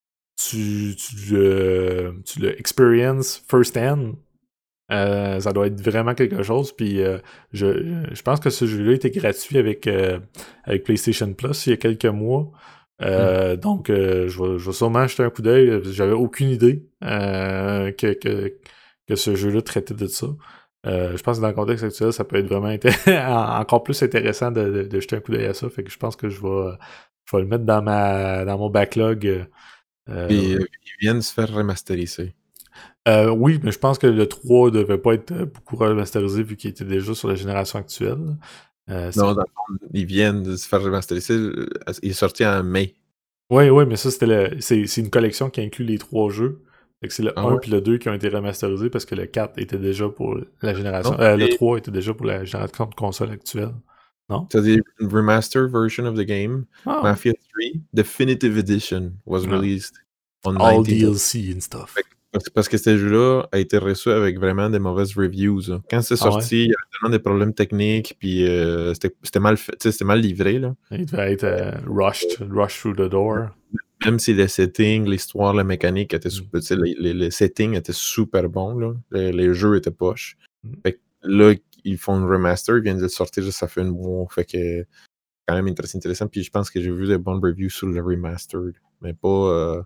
tu, tu le tu le experience first hand. Euh, ça doit être vraiment quelque chose. Puis euh, je, je pense que ce jeu-là était gratuit avec, euh, avec PlayStation Plus il y a quelques mois. Euh, Mm. Donc euh, je, vais, je vais sûrement jeter un coup d'œil. J'avais aucune idée euh, que, que, que ce jeu-là traitait de ça. Euh, je pense que dans le contexte actuel, ça peut être vraiment inté- encore plus intéressant de, de, de jeter un coup d'œil à ça. Fait que je pense que je vais, je vais le mettre dans ma dans mon backlog. Euh, Puis, euh, ils viennent de se faire remasteriser. euh, oui, mais je pense que le trois devait pas être euh, beaucoup remasterisé vu qu'il était déjà sur la génération actuelle. Euh, c'est- Non, dans le fond, ils viennent de se faire remasteriser. euh, Il est sorti en mai. Oui, oui, mais ça, c'était le... c'est, c'est une collection qui inclut les trois jeux. Fait que c'est le Ah un ouais? puis le deux qui ont été remasterisés parce que le quatre était déjà pour la génération... Non, euh, le et- trois était déjà pour la génération de console actuelle. Non? C'est-à-dire une remaster version of the game. Ah, Mafia three Definitive Edition was Ah. released on all nineteen D L C and stuff. Fait que- Parce, parce que ce jeu-là a été reçu avec vraiment des mauvaises reviews. là. Quand c'est Ah ouais? sorti, il y avait tellement des problèmes techniques, puis euh, c'était c'était mal fait, tu sais, c'était mal livré. Là. Il devait être euh, rushed, rushed through the door. Même si les settings, l'histoire, la mécanique étaient Mm. super, tu sais, les, les, les settings étaient super bons, là. Les, les jeux étaient poches. Mm. Fait que là, ils font une remaster, ils viennent de le sortir, juste ça fait une mois. Fait que quand même très intéressant. Puis je pense que j'ai vu des bonnes reviews sur le remastered, mais pas euh,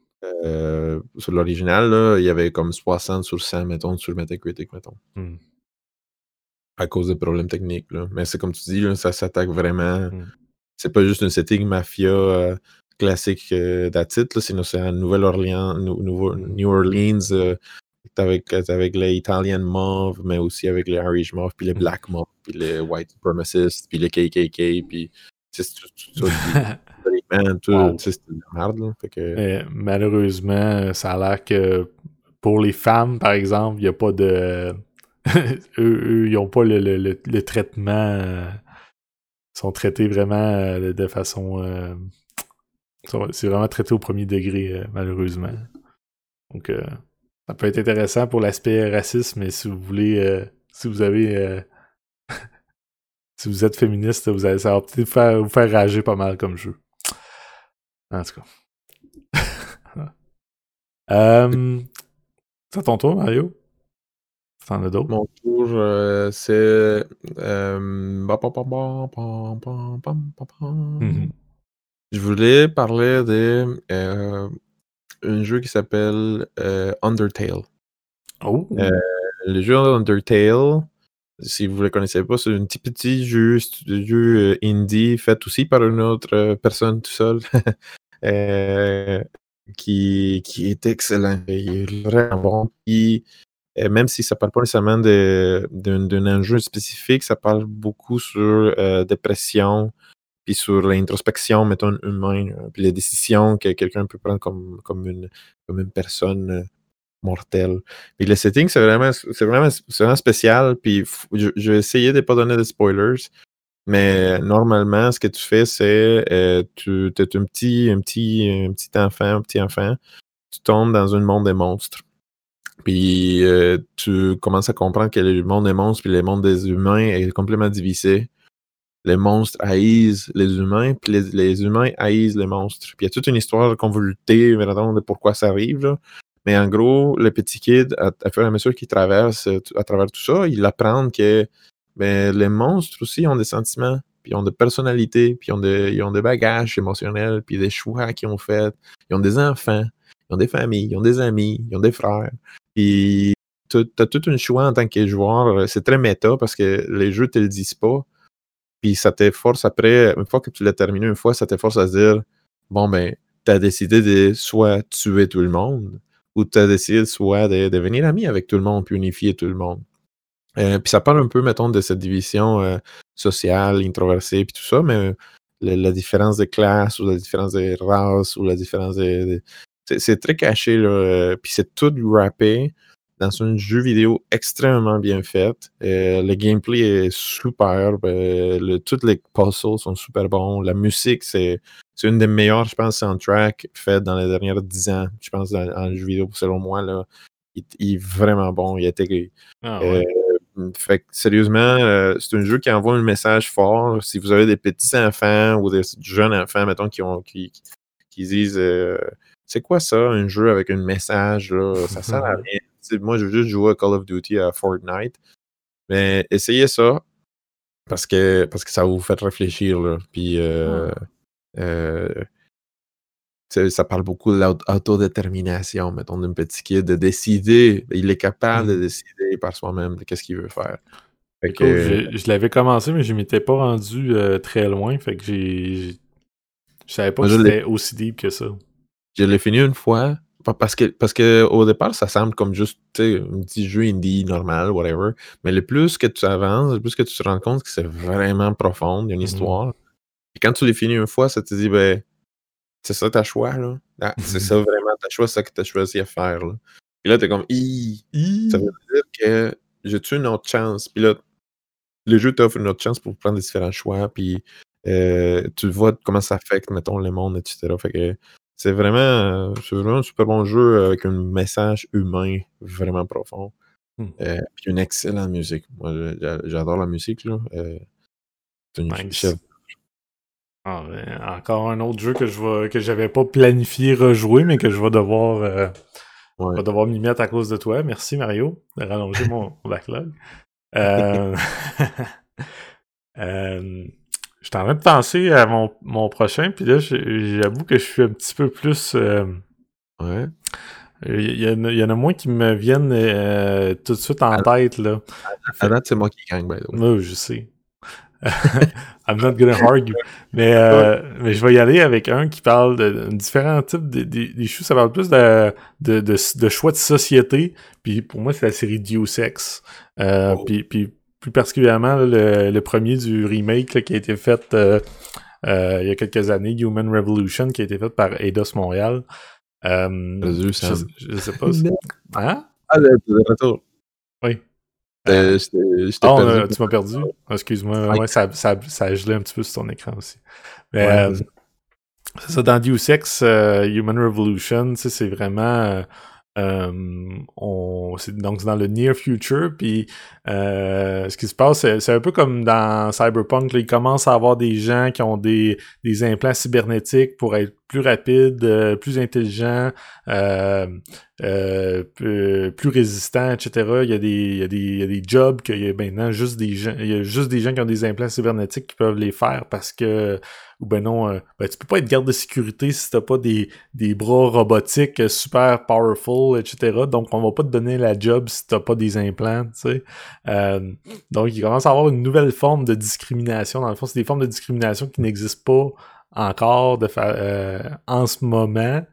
euh, sur l'original. Là, il y avait comme soixante sur cent, mettons, sur Metacritic, mettons, Mm. à cause des problèmes techniques. Là. Mais c'est comme tu dis, là, ça s'attaque vraiment. Mm. C'est pas juste une setting mafia euh, classique euh, d'Atit, là, sinon c'est en Nouvelle-Orléans, Nou- Nouveau- Mm. New Orleans, euh, avec, avec les Italian Mob, mais aussi avec les Irish Mob, puis les Black Mob, puis les White Supremacists, puis les K K K, puis c'est tout, tout ça. Man, tout, wow. C'est de la merde. Là, fait que... Mais, malheureusement, ça a l'air que pour les femmes, par exemple, il n'y a pas de... eux, eux, ils n'ont pas le, le, le, le traitement... Euh... Ils sont traités vraiment euh, de façon... Euh... C'est vraiment traité au premier degré, euh, malheureusement. Donc, euh, ça peut être intéressant pour l'aspect racisme, mais si vous voulez... Euh... Si vous avez... Euh... si vous êtes féministe, vous allez, ça va peut-être faire, vous faire rager pas mal comme jeu. En tout cas. euh, c'est ton tour, Mario? T'en as d'autres? Mon tour, euh, c'est... Euh, mm-hmm. Je voulais parler de euh, un jeu qui s'appelle euh, Undertale. Oh! Euh, le jeu Undertale, si vous ne le connaissez pas, c'est un petit petit jeu, un jeu indie fait aussi par une autre personne tout seul. Euh, qui, qui est excellent. Il est vraiment bon. Puis, euh, même si ça ne parle pas nécessairement de, d'un, d'un enjeu spécifique, ça parle beaucoup sur euh, dépression, puis sur l'introspection, mettons, humaine, puis les décisions que quelqu'un peut prendre comme, comme, une, comme une personne mortelle. Puis le setting, c'est vraiment, c'est vraiment, c'est vraiment spécial. Puis je, je vais essayer de ne pas donner de spoilers. Mais normalement, ce que tu fais, c'est euh, tu es un petit, un, petit, un petit enfant, un petit enfant, tu tombes dans un monde des monstres. Puis euh, tu commences à comprendre que le monde des monstres puis le monde des humains est complètement divisé. Les monstres haïssent les humains, puis les, les humains haïssent les monstres. Puis il y a toute une histoire convolutée, de pourquoi ça arrive, là. Mais en gros, le petit kid, à, à fur et à mesure qu'il traverse à travers tout ça, il apprend que ben, les monstres aussi ont des sentiments, puis ils ont des personnalités, puis ils ont des, ils ont des bagages émotionnels, puis des choix qu'ils ont faits. Ils ont des enfants, ils ont des familles, ils ont des amis, ils ont des frères. Puis tu as tout un choix en tant que joueur. C'est très méta parce que les jeux ne te le disent pas. Puis ça te force après, une fois que tu l'as terminé une fois, ça te force à se dire, bon ben, tu as décidé de soit tuer tout le monde, ou tu as décidé soit de devenir ami avec tout le monde, puis unifier tout le monde. Euh, puis ça parle un peu, mettons, de cette division euh, sociale, introversée, puis tout ça, mais la, la différence de classe, ou la différence de race, ou la différence de... de... C'est, c'est très caché, là, puis c'est tout rappé dans un jeu vidéo extrêmement bien fait. Euh, le gameplay est super, euh, le, toutes les puzzles sont super bons, la musique, c'est, c'est une des meilleures, je pense, soundtracks faites dans les dernières dix ans, je pense, dans, en jeu vidéo, selon moi, là. Il, il est vraiment bon, il a été... Ah, ouais. euh, fait que, sérieusement, euh, c'est un jeu qui envoie un message fort. Si vous avez des petits enfants ou des jeunes enfants, mettons, qui ont qui, qui disent euh, c'est quoi ça, un jeu avec un message, là, ça sert à rien. T'sais, moi, je veux juste jouer à Call of Duty, à Fortnite. Mais essayez ça parce que, parce que ça va vous faire réfléchir. Là. Puis, euh, ah. euh, ça parle beaucoup de l'autodétermination, mettons, d'un petit kid, de décider. Il est capable mmh. de décider par soi-même de qu'est-ce qu'il veut faire. Fait Écoute, que, je l'avais commencé, mais je m'étais pas rendu euh, très loin. Fait que j'ai. j'ai... Je savais pas que c'était aussi deep que ça. Je l'ai fini une fois. Parce que, parce que au départ, ça semble comme juste un petit jeu indie normal, whatever. Mais le plus que tu avances, le plus que tu te rends compte que c'est vraiment profond, il y a une mmh. histoire. Et quand tu l'as fini une fois, ça te dit, ben, c'est ça ta choix, là. Ah, c'est ça vraiment ta choix, c'est ça que tu as choisi à faire, là. Puis là, t'es comme, Ih! Ça veut dire que j'ai-tu une autre chance? Puis là, le jeu t'offre une autre chance pour prendre des différents choix, puis euh, tu vois comment ça affecte, mettons, le monde, et cetera. Fait que c'est vraiment, c'est vraiment un super bon jeu avec un message humain vraiment profond. Hmm. Euh, puis une excellente musique. Moi, j'adore la musique, là. Euh, c'est une nice. chef. Ah, ben, encore un autre jeu que je vais, que j'avais pas planifié rejouer, mais que je vais devoir, euh, ouais. vais devoir m'y mettre à cause de toi. Merci, Mario, de rallonger mon backlog. Euh... euh... Je suis en train de penser à mon, mon prochain, puis là, j'avoue que je suis un petit peu plus... Euh... Ouais. Il y, y, y en a moins qui me viennent euh, tout de suite en à tête, là. À date, c'est moi qui gagne, by the way. Oui, je sais. I'm not gonna argue. Mais, euh, mais je vais y aller avec un qui parle de, de différents types de, de, des choux. Ça parle plus de, de, de, de choix de société. Puis pour moi, c'est la série Deus Ex. Euh, Oh. puis, puis plus particulièrement le, le premier du remake là, qui a été fait euh, euh, il y a quelques années, Human Revolution, qui a été fait par Eidos Montréal. Euh, Jésus, je, Sam. je sais pas. Si... Hein? Ah, le, le retour. Oui. Euh, Euh, j'étais j'étais oh, perdu. euh, tu m'as perdu? Ah, excuse-moi. Ouais. Ouais, ça, ça, ça a gelé un petit peu sur ton écran aussi. Mais Ouais, euh, c'est ça. c'est ça, dans Deus Ex, euh, Human Revolution, tu sais, c'est vraiment... euh, euh, on, c'est, donc c'est dans le near future, puis euh, ce qui se passe, c'est, c'est un peu comme dans Cyberpunk, là, il commence à avoir des gens qui ont des, des implants cybernétiques pour être plus rapides, euh, plus intelligents, euh, euh, plus, plus résistants, et cetera. Il y a des, il y a des, il y a des jobs qu'il y a maintenant juste des gens, il y a juste des gens qui ont des implants cybernétiques qui peuvent les faire parce que ou ben non, euh, ben tu peux pas être garde de sécurité si t'as pas des, des bras robotiques super powerful, et cetera. Donc on va pas te donner la job si t'as pas des implants, tu sais. Euh, donc il commence à avoir une nouvelle forme de discrimination. Dans le fond, c'est des formes de discrimination qui n'existent pas encore de fa- euh, en ce moment,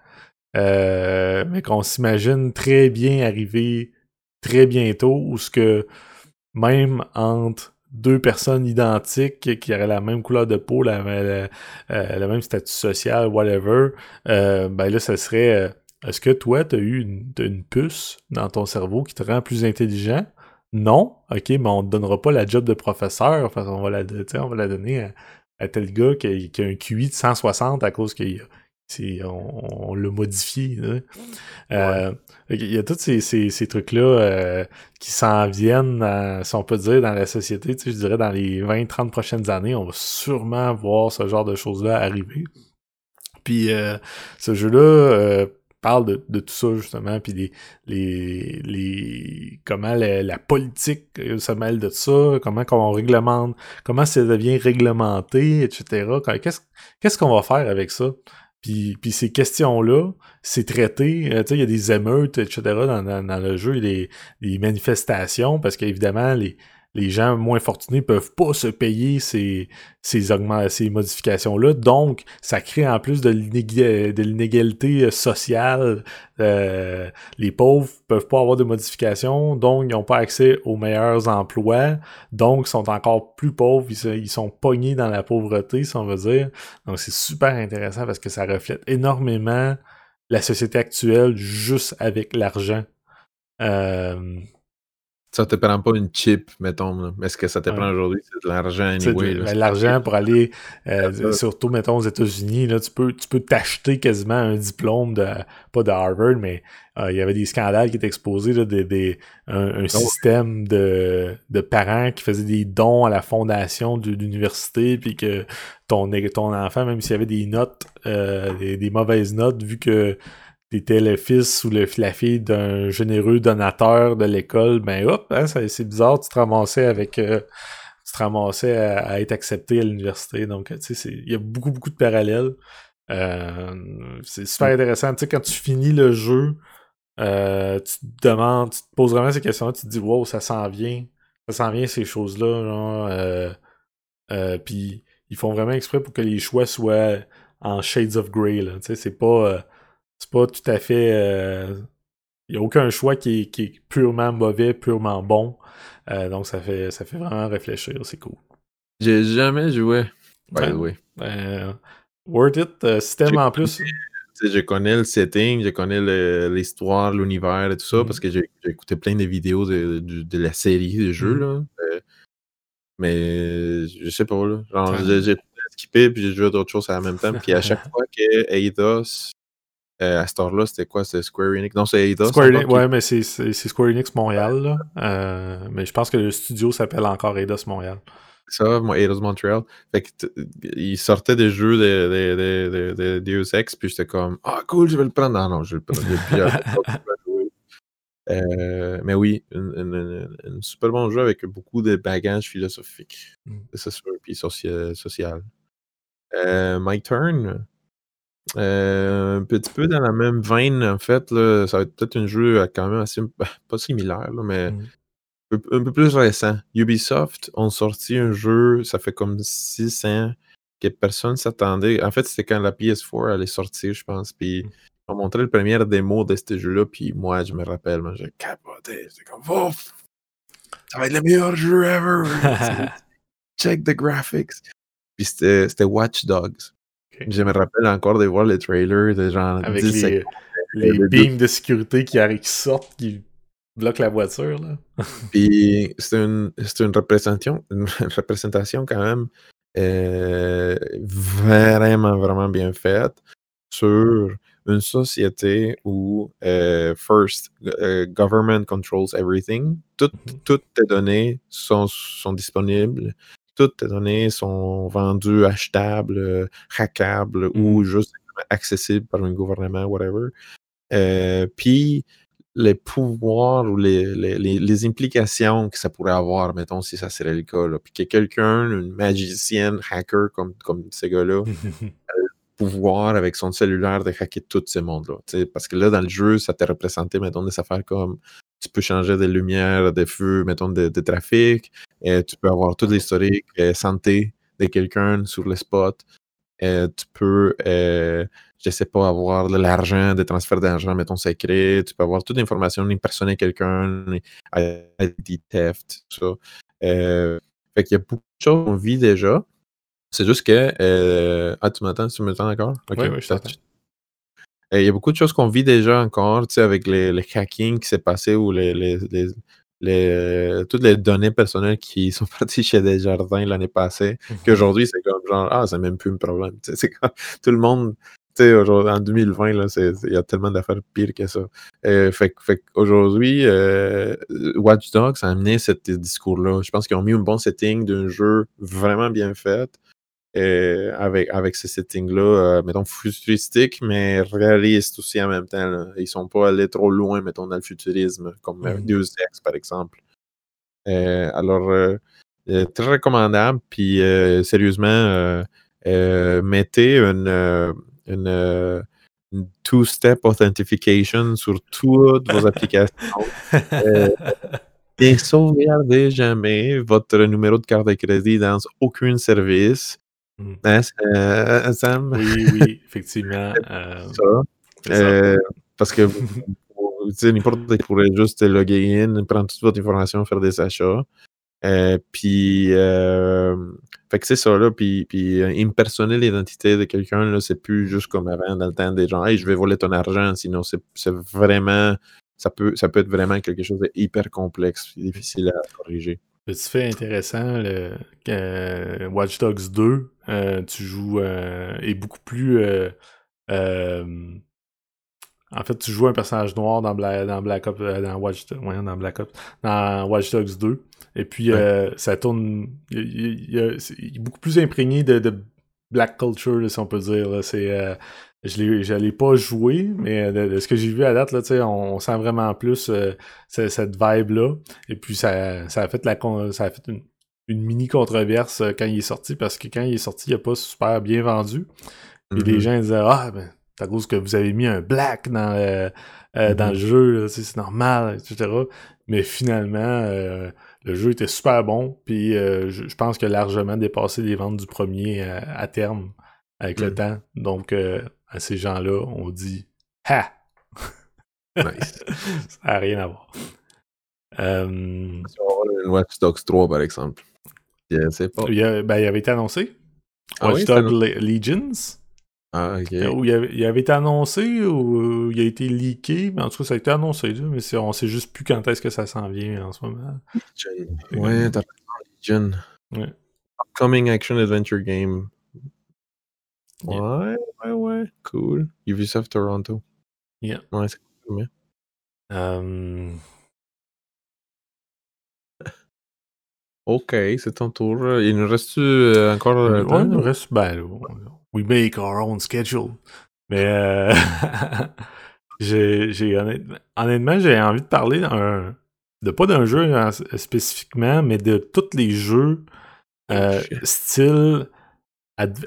euh, mais qu'on s'imagine très bien arriver très bientôt, où ce que même entre deux personnes identiques qui auraient la même couleur de peau, la, la, euh, le même statut social, whatever, euh, ben là, ça serait... Euh, est-ce que toi, t'as eu une, t'as une puce dans ton cerveau qui te rend plus intelligent? Non? OK, mais on te donnera pas la job de professeur. Enfin, on va la, on va la donner à, à tel gars qui, qui a un Q I de cent soixante à cause qu'il c'est, on, on l'a modifié. Hein? Euh, il y a tous ces, ces, ces trucs-là euh, qui s'en viennent, euh, si on peut dire, dans la société. Tu sais, je dirais dans les vingt trente prochaines années, on va sûrement voir ce genre de choses-là arriver. Puis euh, ce jeu-là euh, parle de, de tout ça, justement, puis les, les, les comment la, la politique se mêle de ça, comment qu'on réglemente, comment ça devient réglementé, et cetera. Qu'est-ce, qu'est-ce qu'on va faire avec ça? Puis, puis ces questions-là, c'est traité, euh, tu sais, il y a des émeutes, et cetera dans, dans, dans le jeu, des, des manifestations, parce qu'évidemment, les, les gens moins fortunés peuvent pas se payer ces, ces, augment- ces modifications-là, donc ça crée en plus de, l'inég- de l'inégalité sociale. Euh, les pauvres peuvent pas avoir de modifications, donc ils n'ont pas accès aux meilleurs emplois, donc ils sont encore plus pauvres, ils, se- ils sont pognés dans la pauvreté, si on veut dire. Donc c'est super intéressant parce que ça reflète énormément la société actuelle juste avec l'argent. Euh, Ça te prend pas une chip, mettons. Là. Mais ce que ça te ouais. prend aujourd'hui, c'est de l'argent Tu sais, anyway. de- Là. ben, C'est l'argent pour aller, euh, ça. surtout, mettons, aux États-Unis, là, tu peux, tu peux t'acheter quasiment un diplôme de, pas de Harvard, mais euh, il y avait des scandales qui étaient exposés, là, des, des, un, un système de, de parents qui faisaient des dons à la fondation de l'université, puis que ton, ton enfant, même s'il y avait des notes, euh, des, des mauvaises notes, vu que t'étais le fils ou le, la fille d'un généreux donateur de l'école, ben hop, hein, ça, c'est bizarre, tu te ramassais avec... Euh, tu te ramassais à, à être accepté à l'université. Donc, tu sais, c'est- il y a beaucoup, beaucoup de parallèles. Euh, c'est super intéressant. Tu sais, quand tu finis le jeu, euh, tu te demandes, tu te poses vraiment ces questions-là, tu te dis, wow, ça s'en vient. Ça s'en vient, ces choses-là. Genre, euh, euh, puis, ils font vraiment exprès pour que les choix soient en shades of grey. Là. Tu sais, c'est pas, euh, c'est pas tout à fait. Euh, il n'y a aucun choix qui est, qui est purement mauvais, purement bon. Euh, donc, ça fait, ça fait vraiment réfléchir. C'est cool. J'ai jamais joué, by Ouais. the way. Euh, worth it, euh, système Je en plus. connais, je connais le setting, je connais le- l'histoire, l'univers et tout ça, Mm. parce que j'ai j'ai écouté plein de vidéos de, de, de la série de jeux, Mm. là. Euh, mais je sais pas, là. Genre, Ouais. j'ai j'ai skippé, puis j'ai joué à d'autres choses en même temps. Puis à chaque fois que Eidos, euh, à cette heure-là, c'était quoi? C'était Square Enix? Non, c'est Eidos. Square Enix, encore, ouais, qui... mais c'est, c'est, c'est Square Enix Montréal, là. Euh, mais je pense que le studio s'appelle encore Eidos Montréal. Ça, moi, Eidos Montreal. Fait que il sortait des jeux de, de, de, de, de Deus Ex, puis j'étais comme, ah, cool, je vais le prendre. Non, non, je vais le prendre. Puis, euh, mais oui, un super bon jeu avec beaucoup de bagages philosophiques, Mm. c'est sûr, puis socia social. Euh, My Turn, euh, un petit peu dans la même veine, en fait, là, ça va être peut-être un jeu quand même assez, pas similaire, là, mais Mm. Un peu, un peu plus récent. Ubisoft ont sorti un jeu, ça fait comme six ans, que personne s'attendait. En fait, c'était quand la P S quatre allait sortir, je pense. Puis Mm. ils ont montré le premier démo de ce jeu-là. Puis moi, je me rappelle, moi, j'ai capoté. C'est comme, oh, ça va être le meilleur jeu ever. Check the graphics. Puis c'était, c'était Watch Dogs. Okay. Je me rappelle encore de voir les trailers de genre avec dix les, secondes. les de beams de sécurité qui, qui sortent, qui bloquent la voiture. Là. Puis c'est une, c'est une représentation, une représentation quand même euh, vraiment, vraiment bien faite sur une société où euh, first, uh, government controls everything. Tout, mm-hmm. Toutes tes données sont, sont disponibles. Toutes tes données sont vendues, achetables, hackables mm-hmm. ou juste accessibles par un gouvernement, whatever. Euh, puis les pouvoirs ou les, les, les, les implications que ça pourrait avoir, mettons, si ça serait le cas. Là. Puis que quelqu'un, une magicienne, hacker comme, comme ces gars-là, a le pouvoir avec son cellulaire de hacker tout ce monde-là. T'sais, parce que là, dans le jeu, ça t'est représenté, mettons, des affaires comme tu peux changer des lumières, des feux, mettons, de, de trafic, et tu peux avoir tout l'historique euh, santé de quelqu'un sur le spot. Euh, tu peux, euh, je sais pas, avoir de l'argent, des transferts d'argent, mettons, secret. Tu peux avoir toute l'information, impersoner quelqu'un, I D theft, tout ça. Euh, fait qu'il y a beaucoup de choses qu'on vit déjà. C'est juste que... Euh... Ah, tu m'entends? Tu m'entends encore? Okay. Oui, oui, je t'entends. Il y a beaucoup de choses qu'on vit déjà encore, tu sais, avec les, les hacking qui s'est passé ou les... les, les... Les, toutes les données personnelles qui sont parties chez Desjardins l'année passée, mm-hmm. qu'aujourd'hui, c'est comme genre, ah, c'est même plus un problème. Tu sais, c'est comme, tout le monde, tu sais, en deux mille vingt, il y a tellement d'affaires pires que ça. Euh, fait fait qu'aujourd'hui, euh, Watch Dogs a amené ce discours-là. Je pense qu'ils ont mis un bon setting d'un jeu vraiment bien fait, euh, avec, avec ce setting-là, euh, mettons, futuristique, mais réaliste aussi en même temps. Là. Ils sont pas allés trop loin, mettons, dans le futurisme, comme mm-hmm. Deus Ex, par exemple. Euh, alors, euh, euh, très recommandable, puis euh, sérieusement, euh, euh, mettez une, euh, une, euh, une two-step authentication sur toutes vos applications. euh, et sauvegardez jamais votre numéro de carte de crédit dans aucun service. Mm. Hein, euh, Sam? Oui, oui, effectivement. Euh, ça. Euh, ça. Parce que n'importe qui pourrait juste loguer in, prendre toute votre information, faire des achats. Euh, puis, euh, fait que c'est ça, là. Puis, puis euh, impersoner l'identité de quelqu'un, là, c'est plus juste comme avant, dans le temps des gens, hey, je vais voler ton argent. Sinon, c'est, c'est vraiment, ça peut, ça peut être vraiment quelque chose de hyper complexe, difficile à corriger. Petit fait intéressant, le, euh, Watch Dogs deux, euh, tu joues, euh, est beaucoup plus... Euh, euh, en fait, tu joues un personnage noir dans Black, dans Black Ops, euh, dans Watch, ouais, dans Black Ops, dans Watch Dogs deux, et puis ouais. euh, ça tourne, il, il, il, il est beaucoup plus imprégné de, de Black Culture, là, si on peut dire. Là. C'est, euh, je l'ai, je l'ai pas joué, mais de, de ce que j'ai vu à date, là, on, on sent vraiment plus euh, cette, cette vibe-là. Et puis ça, ça a fait la, ça a fait une, une mini controverse quand il est sorti, parce que quand il est sorti, il n'a pas super bien vendu. Puis mm-hmm. les gens disaient, ah ben, c'est à cause que vous avez mis un black dans, euh, euh, mm-hmm. dans le jeu, là, c'est normal, et cetera. Mais finalement, euh, le jeu était super bon, puis euh, je, je pense qu'il a largement dépassé les ventes du premier à, à terme avec mm. le temps. Donc, euh, à ces gens-là, on dit « Ha! » Nice. Ça n'a rien à voir. Euh... Si on va voir le Watch Dogs trois, par exemple. Yeah, c'est pas... il, a, ben, il avait été annoncé. Ah Watch oui, Dogs Le- Legions. Ah, ok. Où il, avait, il avait été annoncé ou il a été leaké, mais en tout cas, ça a été annoncé, là, mais c'est, on sait juste plus quand est-ce que ça s'en vient en ce moment. Ouais, t'as Legion. Ouais. Upcoming Action Adventure Game. Ouais, yeah. ouais, ouais. Cool. Ubisoft Toronto. Yeah. Ouais, c'est cool, mais... Um... Ok, c'est ton tour. Il nous reste euh, encore euh, ouais, temps? Il nous reste... Ben, we make our own schedule. Mais euh... j'ai, j'ai honnêtement, honnêtement, j'ai envie de parler d'un, de pas d'un jeu hein, spécifiquement, mais de tous les jeux euh, style Ad-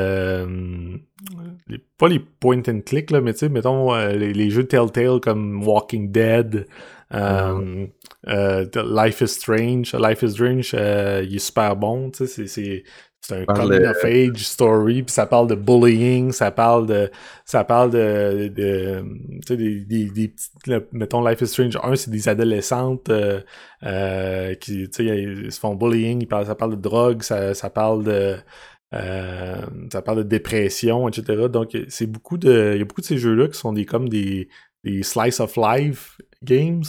euh, les- pas les point and click, là, mais tu sais, mettons euh, les, les jeux Telltale comme Walking Dead, Ah, ouais. euh, euh, Life is Strange. Life is Strange, euh, il est super bon, tu sais, c'est, c'est, c'est un Parle, coming euh, of age story, puis ça parle de bullying, ça parle de, ça parle de, de tu sais, des, des, des petites, là, mettons Life is Strange un, c'est des adolescentes euh, euh, qui, tu sais, ils se font bullying, ils parlent, ça parle de drogue, ça, ça parle de euh, ça parle de dépression, et cetera. Donc, c'est beaucoup de. Il y a beaucoup de ces jeux-là qui sont des comme des, des slice of life games.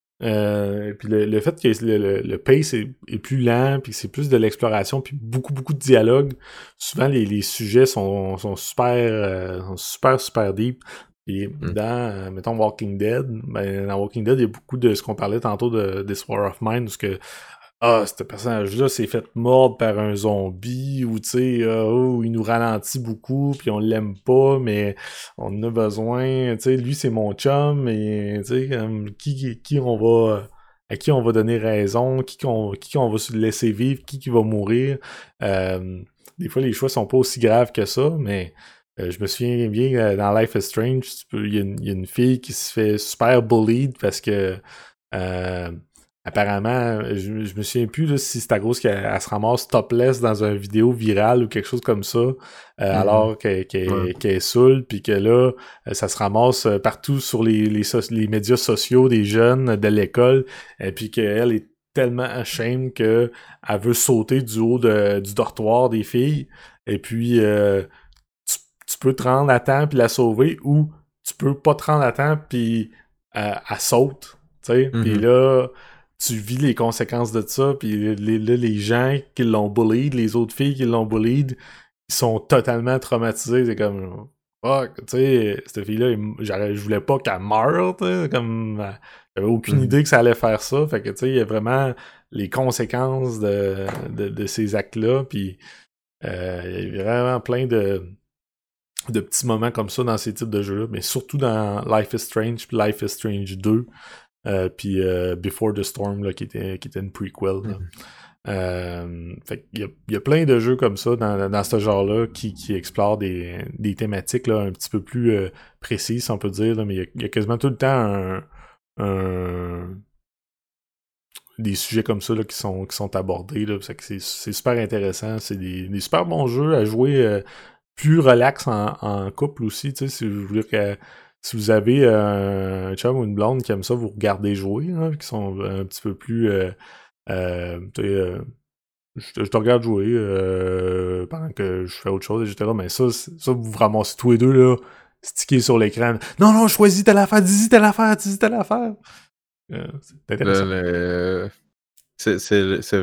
Euh, puis le, le fait que le, le, le pace est, est plus lent, puis c'est plus de l'exploration, puis beaucoup, beaucoup de dialogue. Souvent, les, les sujets sont, sont super, euh, sont super, super deep. Et hmm. dans, euh, mettons, Walking Dead, ben, dans Walking Dead, il y a beaucoup de ce qu'on parlait tantôt de This War of Mine, où ce que ah, ce personnage-là s'est fait mordre par un zombie, ou tu sais, euh, oh, il nous ralentit beaucoup, puis on l'aime pas, mais on en a besoin, tu sais, lui c'est mon chum, et tu sais, comme, qui, qui on va, à qui on va donner raison, qui qu'on qui qu'on va se laisser vivre, qui qui va mourir. Euh, des fois, les choix sont pas aussi graves que ça, mais euh, je me souviens bien, euh, dans Life is Strange, tu peux- il y, a une- il y a une fille qui se fait super bullied parce que euh, apparemment, je, je me souviens plus là, si c'est à cause qu'elle elle se ramasse topless dans une vidéo virale ou quelque chose comme ça, euh, Mhm. alors qu'elle Ouais. qu'elle- qu'elle est saoule, puis que là, euh, ça se ramasse euh, partout sur les, les, so- les médias sociaux des jeunes de l'école, et puis qu'elle est tellement ashamed qu'elle veut sauter du haut de- du dortoir des filles, et puis euh, tu, tu peux te rendre à temps puis la sauver, ou tu peux pas te rendre à temps puis euh, elle saute, tu sais, puis Mhm. là tu vis les conséquences de ça, puis les, là, les gens qui l'ont bullied, les autres filles qui l'ont bullied, ils sont totalement traumatisés, c'est comme fuck, tu sais, cette fille-là, j'aurais- je voulais pas qu'elle meure, tu sais, comme euh, j'avais aucune Mhm. idée que ça allait faire ça, fait que tu sais, il y a vraiment les conséquences de, de, de ces actes-là, puis euh, il y a vraiment plein de de petits moments comme ça dans ces types de jeux-là, mais surtout dans Life is Strange, puis Life is Strange deux, euh, puis euh, Before the Storm, là, qui, était, qui était une prequel. Là. Mhm. Euh, fait il y a, il y a plein de jeux comme ça dans, dans ce genre-là qui, qui explorent des, des thématiques là, un petit peu plus euh, précises, on peut dire, là, mais il y, a, il y a quasiment tout le temps un, un- des sujets comme ça là, qui, sont, qui sont abordés. Là, fait que c'est, c'est super intéressant. C'est des, des super bons jeux à jouer euh, plus relax en, en couple aussi, tu sais, si vous voulez que si vous avez euh, un chum ou une blonde qui aime ça, vous regardez jouer, hein, qui sont un petit peu plus euh, euh, tu sais, euh, je, te, je te regarde jouer euh, pendant que je fais autre chose, et cetera. Mais ça, c'est- ça, vous vous ramassez tous les deux là, stickés sur l'écran. Non, non, choisis telle affaire, dis-y telle affaire, dis-y telle affaire. Euh, c'est Le- intéressant. le- C'est, c'est, c'est-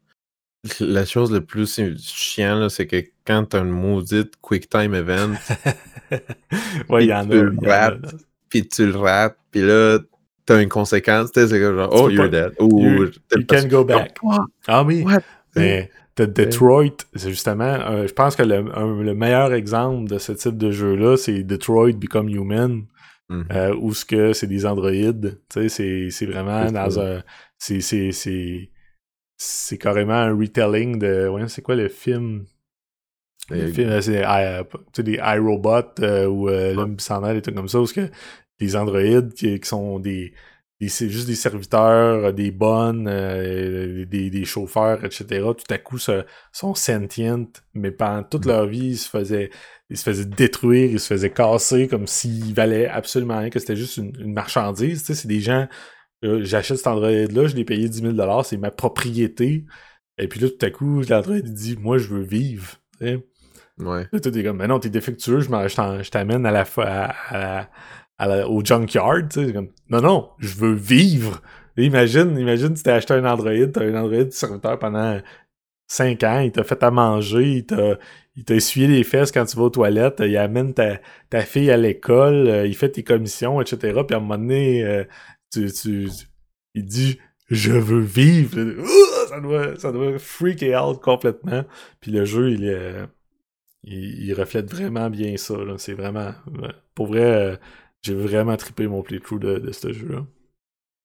la chose le plus chiant, là, c'est que quand t'as une maudite Quick Time Event, Ouais, il y puis en tu a, le il y en a. rates, puis tu le rates, puis là, t'as une conséquence, tu sais, c'est comme genre, Tu oh, peux you're pas. dead. Ou You, telle you can personne, go comme, back. what? Ah oui, What? Tu sais, mais de c'est- Detroit, c'est justement, euh, je pense que le, un- le meilleur exemple de ce type de jeu-là, c'est Detroit Become Human, Mhm. euh, où ce que c'est des androïdes. Tu sais, c'est, c'est vraiment C'est ça. dans un, c'est, c'est, c'est, c'est carrément un retelling de, ouais, c'est quoi le film? Le Et- film, euh, c'est euh, tu sais, des iRobot euh, ou euh, ouais. l'homme qui s'en aille, des trucs comme ça, où ce que des androïdes qui, qui sont des, des c'est juste des serviteurs, euh, des bonnes, euh, des, des chauffeurs, et cetera. Tout à coup, se- sont sentients, mais pendant toute Mhm. leur vie, ils se faisaient, ils se faisaient détruire, ils se faisaient casser comme s'ils valaient absolument rien, que c'était juste une, une marchandise. Tu sais, c'est des gens, euh, j'achète cet androïde-là, je l'ai payé dix mille dollars, c'est ma propriété. Et puis là, tout à coup, l'androïde il dit, moi, je veux vivre. Tu sais. Ouais. Là, t'es comme, mais non, t'es défectueux, je, m'en- je t'en- je t'amène à la, fa- à, à la- à la- au junkyard, tu sais. Comme, non, non, je veux vivre. Et imagine, imagine, tu t'es acheté un Android, t'as un Android serviteur pendant cinq ans, il t'a fait à manger, il t'a, il t'a essuyé les fesses quand tu vas aux toilettes, il amène ta, ta fille à l'école, euh, il fait tes commissions, et cetera. Puis à un moment donné, euh, tu, tu, il dit, je veux vivre. Ouh, ça doit, ça doit freaker out complètement. Puis le jeu, il est il, il reflète vraiment bien ça. Là. C'est vraiment. Ouais. Pour vrai, euh, j'ai vraiment trippé mon playthrough de, de ce jeu-là.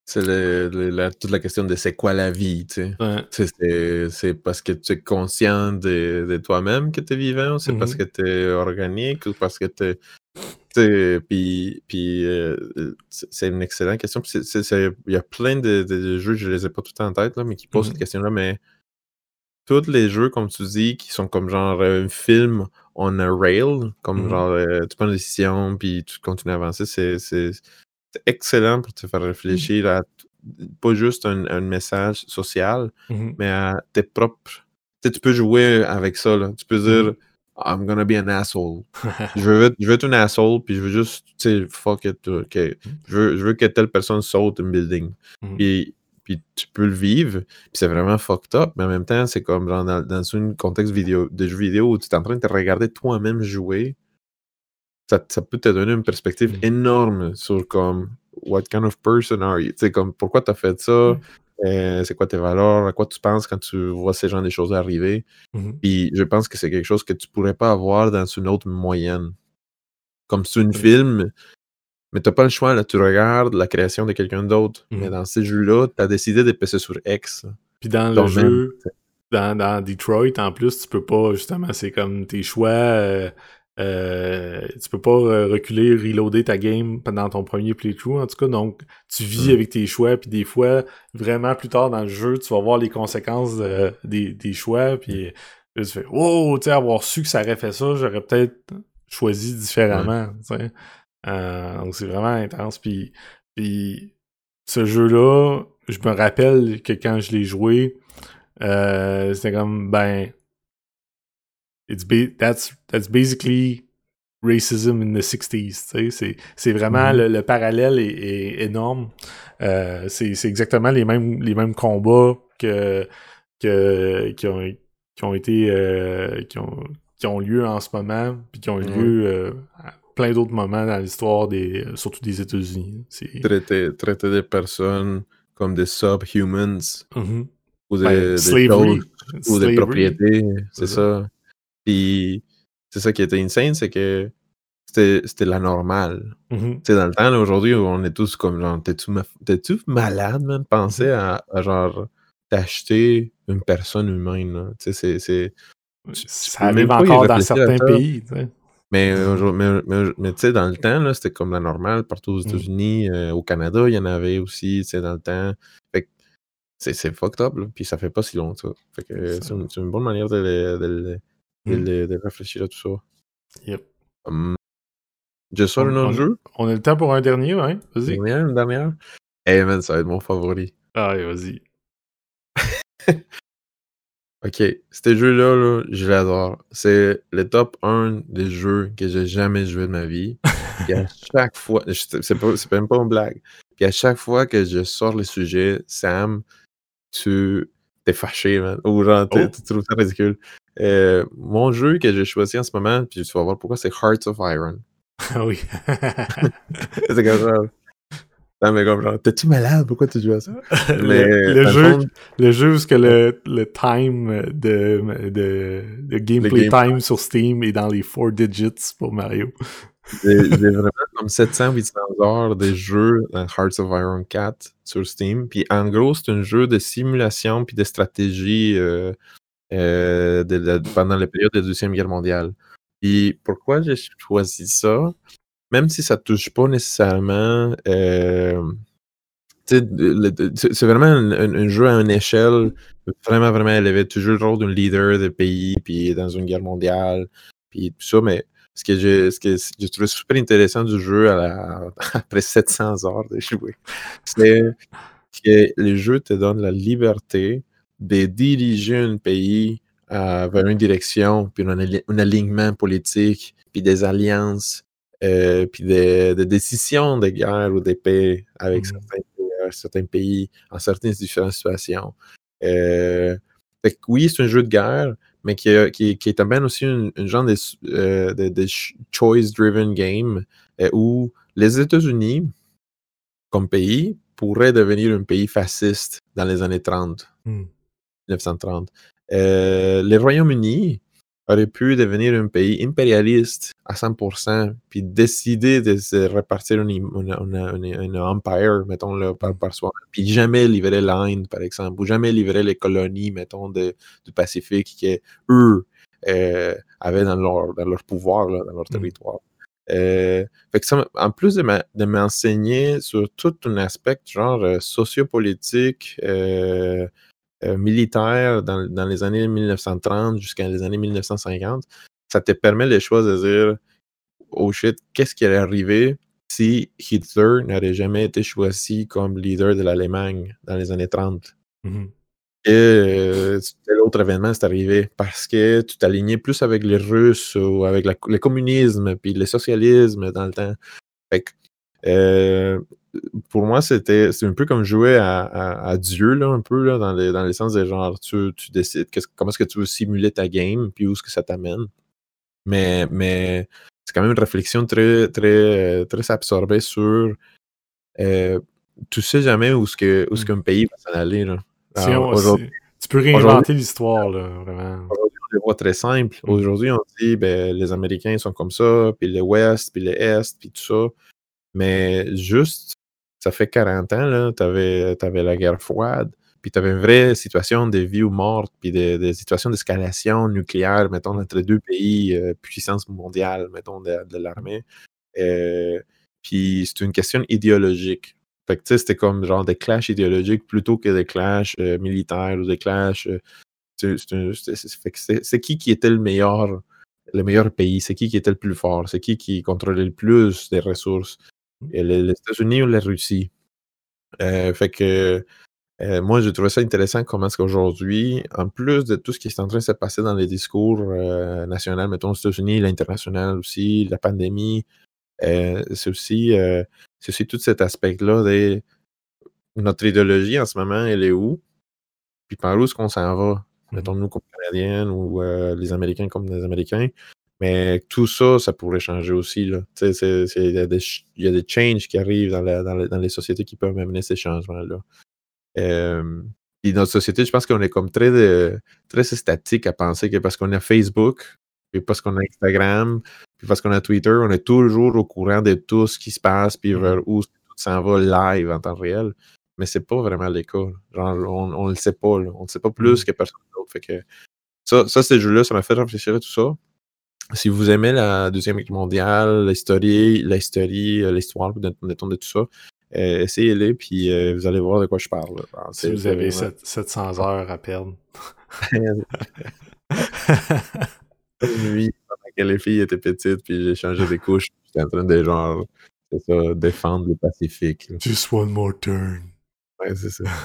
C'est le, le- la- toute la question de c'est quoi la vie, tu sais. Ouais. C'est, c'est, c'est parce que tu es conscient de, de toi-même que tu es vivant, c'est parce Mhm. que tu es organique ou parce que tu es. Tu sais, puis, puis euh, c'est c'est une excellente question. Puis c'est- c'est- c'est- Il y a plein de, de jeux, je les ai pas tout en tête, là, mais qui posent cette Mhm. question-là. Mais tous les jeux, comme tu dis, qui sont comme genre un film on a rail, comme Mhm. genre euh, tu prends une décision, puis tu continues à avancer, c'est, c'est, c'est excellent pour te faire réfléchir à t- pas juste un, un message social, Mhm. mais à tes propres. Tu sais, tu peux jouer avec ça, là. Tu peux dire Mhm. I'm gonna be an asshole. Je veux, être- je veux être un asshole, puis je veux juste, tu sais, fuck it. OK. Je veux, je veux que telle personne saute un building. Mhm. Puis, puis tu peux le vivre, puis c'est vraiment fucked up, mais en même temps, c'est comme genre dans, dans un contexte vidéo, de jeu vidéo où tu es en train de te regarder toi-même jouer. Ça, ça peut te donner une perspective Mhm. énorme sur comme what kind of person are you? Tu sais, comme pourquoi tu as fait ça? Euh, c'est quoi tes valeurs? À quoi tu penses quand tu vois ces genres de choses arriver? Mhm. Puis je pense que c'est quelque chose que tu pourrais pas avoir dans une autre moyenne. Comme c'est un Ouais. film, mais t'as pas le choix, là. Tu regardes la création de quelqu'un d'autre. Mais Mhm. dans ces jeux-là, t'as décidé de passer sur X. Puis dans le Toi-même. jeu, dans, dans Detroit, en plus, tu peux pas, justement, c'est comme tes choix. Euh, euh, tu peux pas euh, reculer, reloader ta game pendant ton premier playthrough, en tout cas. Donc, tu vis Mm. avec tes choix, puis des fois, vraiment plus tard dans le jeu, tu vas voir les conséquences euh, des, des choix, puis là, tu fais « Wow! » Tu sais, avoir su que ça aurait fait ça, j'aurais peut-être choisi différemment, tu sais. Euh, donc, c'est vraiment intense, puis, puis ce jeu-là, je me rappelle que quand je l'ai joué, euh, c'était comme, ben, it's ba- that's, that's basically racism in the sixties, tu sais, c'est, c'est vraiment, Mhm. le, le parallèle est, est énorme. Euh, c'est, c'est exactement les mêmes, les mêmes combats que, que, qui ont, qui ont été, euh, qui ont, qui ont lieu en ce moment, puis qui ont eu Ouais. lieu euh, à plein d'autres moments dans l'histoire des, surtout des États-Unis. C'est... Traiter, traiter des personnes comme des subhumans Mhm. ou Ben, des, des slavery. choses ou des Slavery. propriétés. C'est C'est ça. Puis c'est ça qui était insane, c'est que c'était, c'était la normale. Mhm. Tu sais, dans le temps, là, aujourd'hui, on est tous comme genre, t'es-tu, ma- t'es-tu malade, man? Penser à, à genre t'acheter une personne humaine, là. Tu sais, c'est, c'est, tu, tu Ça peux arrive même pas y encore dans réfléchir à certains ça. pays, tu sais. Mais, aujourd'hui- mais, mais, mais tu sais, dans le temps, là, c'était comme la normale partout aux Mm. États-Unis, euh, au Canada, il y en avait aussi, tu sais, dans le temps. Fait que c'est, c'est fucked up, là, puis ça fait pas si long, ça. Fait que euh, Ça. c'est une, c'est une bonne manière de, le- de, le- de, Mm. le- de réfléchir à tout ça. Yep. Hum, je sors On, un autre on, jeu? on a le temps pour un dernier, hein? Une Vas-y. dernière, une dernière? Eh man, ça va être mon favori. Allez, vas-y. Ok, ce jeu-là, là, je l'adore. C'est le top un des jeux que j'ai jamais joué de ma vie. Puis à chaque fois, je- c'est pas, c'est même pas une blague. Puis à chaque fois que je sors le sujet, Sam, tu t'es fâché, man. Ou genre, t'es- Oh! tu trouves ça ridicule. Euh, mon jeu que j'ai choisi en ce moment, puis tu vas voir pourquoi, c'est Hearts of Iron. Ah oui. C'est comme genre. Non, mais comme genre, t'es-tu malade? Pourquoi tu joues à ça? Mais le, le dans le jeu, fond, le jeu où ce que le, le time de, de, de gameplay game- time sur Steam est dans les four digits pour Mario. J'ai j'ai vraiment comme sept cents huit cents heures de jeux dans Hearts of Iron quatre sur Steam. Puis en gros, c'est un jeu de simulation puis de stratégie euh, euh, de la- pendant la période de la Deuxième Guerre mondiale. Puis pourquoi j'ai choisi ça? Même si ça touche pas nécessairement... euh, tu sais, le- le- c'est c'est vraiment un, un- un jeu à une échelle vraiment, vraiment élevée. Tu joues le rôle d'un leader de pays, puis dans une guerre mondiale, puis tout ça, mais ce que j'ai ce que j'ai trouvé super intéressant du jeu à la- après sept cents heures de jouer, c'est que le jeu te donne la liberté de diriger un pays euh, vers une direction, puis un, ali- un alignement politique, puis des alliances, euh, puis des, des décisions de guerre ou de paix avec Mm. certains, euh, certains pays en certaines différentes situations. Euh, fait que oui, c'est un jeu de guerre, mais qui, a- qui, qui est también aussi un, un genre de, euh, de, de ch- choice-driven game euh, où les États-Unis, comme pays, pourrait devenir un pays fasciste dans les années trente, Mm. mille neuf cent trente. Euh, le Royaume-Uni aurait pu devenir un pays impérialiste à cent pour cent, puis décider de se répartir un, un, un, un empire, mettons, là, par, par soi, puis jamais livrer l'Inde, par exemple, ou jamais livrer les colonies, mettons, de, du Pacifique qu'eux euh, avaient dans leur, dans leur pouvoir, là, dans leur territoire. Euh, fait que ça, en plus de, ma, de m'enseigner sur tout un aspect genre euh, sociopolitique, euh, euh, militaire dans, dans les années mille neuf cent trente jusqu'à les années mille neuf cent cinquante, ça te permet les choix de dire oh shit, qu'est-ce qui allait arriver si Hitler n'aurait jamais été choisi comme leader de l'Allemagne dans les années trente. Mm-hmm. Et euh, l'autre événement c'est arrivé parce que tu t'alignais plus avec les Russes ou avec la, le communisme puis le socialisme dans le temps. Fait que, euh, pour moi, c'était c'est un peu comme jouer à, à, à Dieu, là, un peu, là, dans, les, dans le sens de genre, tu, tu décides comment est-ce que tu veux simuler ta game, puis où est-ce que ça t'amène. Mais, mais c'est quand même une réflexion très, très, très absorbée sur euh, tu sais jamais où est-ce que, où est-ce qu'un pays va s'en aller, là. Alors, c'est, tu peux réinventer l'histoire, là, vraiment. Aujourd'hui, on les voit très simple. Mm. Aujourd'hui, on dit, ben, les Américains sont comme ça, puis le Ouest, puis le Est, puis tout ça. Mais juste, ça fait quarante ans, là, t'avais, t'avais la guerre froide, puis t'avais une vraie situation de vie ou mort, puis des de situations d'escalation nucléaire, mettons, entre deux pays, euh, puissance mondiale, mettons, de, de l'armée. Euh, puis c'est une question idéologique. Fait que, tu sais, c'était comme genre des clashs idéologiques plutôt que des clashs euh, militaires ou des clashs... Euh, c'est, c'est, c'est, c'est, c'est, c'est qui qui était le meilleur, le meilleur pays? C'est qui qui était le plus fort? C'est qui qui contrôlait le plus des ressources? Et les, les États-Unis ou la Russie? Euh, fait que euh, moi, j'ai trouvé ça intéressant comment est-ce qu'aujourd'hui, en plus de tout ce qui est en train de se passer dans les discours euh, nationaux, mettons aux États-Unis, l'international aussi, la pandémie, euh, c'est aussi... Euh, c'est aussi tout cet aspect-là de notre idéologie en ce moment, elle est où? Puis par où est-ce qu'on s'en va? Mm-hmm. Mettons nous comme Canadiens ou euh, les Américains comme les Américains. Mais tout ça, ça pourrait changer aussi. Il y, y a des changes qui arrivent dans, la, dans, la, dans les sociétés qui peuvent amener ces changements-là. Euh, puis notre société, je pense qu'on est comme très, de, très statique à penser que parce qu'on a Facebook, puis parce qu'on a Instagram, puis parce qu'on a Twitter, on est toujours au courant de tout ce qui se passe, puis vers où tout s'en va live en temps réel. Mais c'est pas vraiment le cas. Genre, on, on le sait pas. Là. On ne sait pas plus mm. que personne d'autre. Fait que ça, ça, ces jeux-là, ça m'a fait réfléchir à tout ça. Si vous aimez la Deuxième Guerre mondiale, l'histoire, l'histoire, l'histoire de, de, de tout ça, euh, essayez-les, puis euh, vous allez voir de quoi je parle. Alors, si vous avez vraiment... sept cents heures à perdre. Nuit, pendant que les filles étaient petites, puis j'ai changé des couches, j'étais en train de genre, c'est ça, défendre le Pacifique. Là. Just one more turn. Ouais, c'est ça.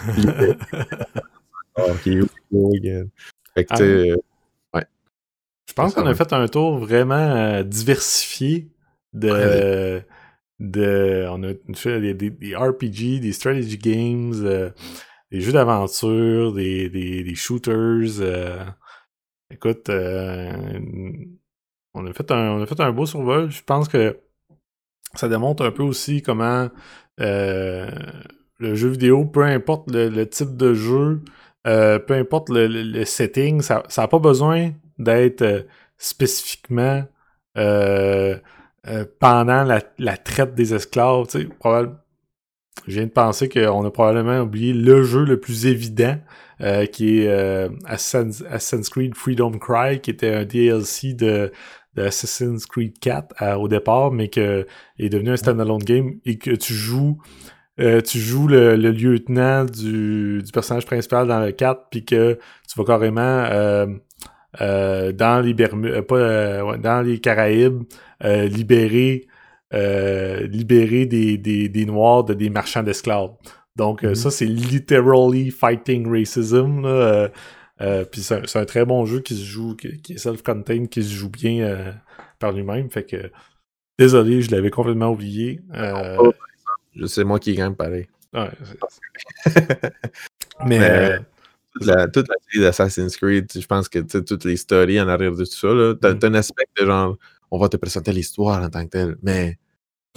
Ok, again. Fait que, ah, tu ouais. Je pense qu'on a fait un tour vraiment euh, diversifié de, ouais. de. On a fait des, des, des R P G, des strategy games, euh, des jeux d'aventure, des, des, des shooters. Euh, écoute, euh, on, a fait un, on a fait un beau survol. Je pense que ça démontre un peu aussi comment euh, le jeu vidéo, peu importe le, le type de jeu, euh, peu importe le, le, le setting, ça n'a pas besoin d'être euh, spécifiquement euh, euh, pendant la, la traite des esclaves. Tu sais, probable... Je viens de penser qu'on a probablement oublié le jeu le plus évident, euh, qui est euh, Assassin's, Assassin's Creed Freedom Cry, qui était un D L C de, de Assassin's Creed quatre à, au départ, mais qui est devenu un standalone game et que tu joues euh, tu joues le, le lieutenant du, du personnage principal dans le quatre, puis que tu vas carrément euh, euh, dans les Bermudes, euh, pas euh, ouais, dans les Caraïbes, euh, libérer euh, libérer des, des, des Noirs de des marchands d'esclaves. Donc mm-hmm. euh, ça, c'est literally fighting racism, là. Euh, euh, puis c'est un, c'est un très bon jeu qui se joue, qui, qui est self-contained, qui se joue bien euh, par lui-même. Fait que désolé, je l'avais complètement oublié. Euh, oh, c'est moi qui gagne pareil. Ouais, mais, mais euh, toute, la, toute la série d'Assassin's Creed, je pense que toutes les stories en arrière de tout ça, là, t'as, mm. t'as un aspect de genre, on va te présenter l'histoire en tant que telle, mais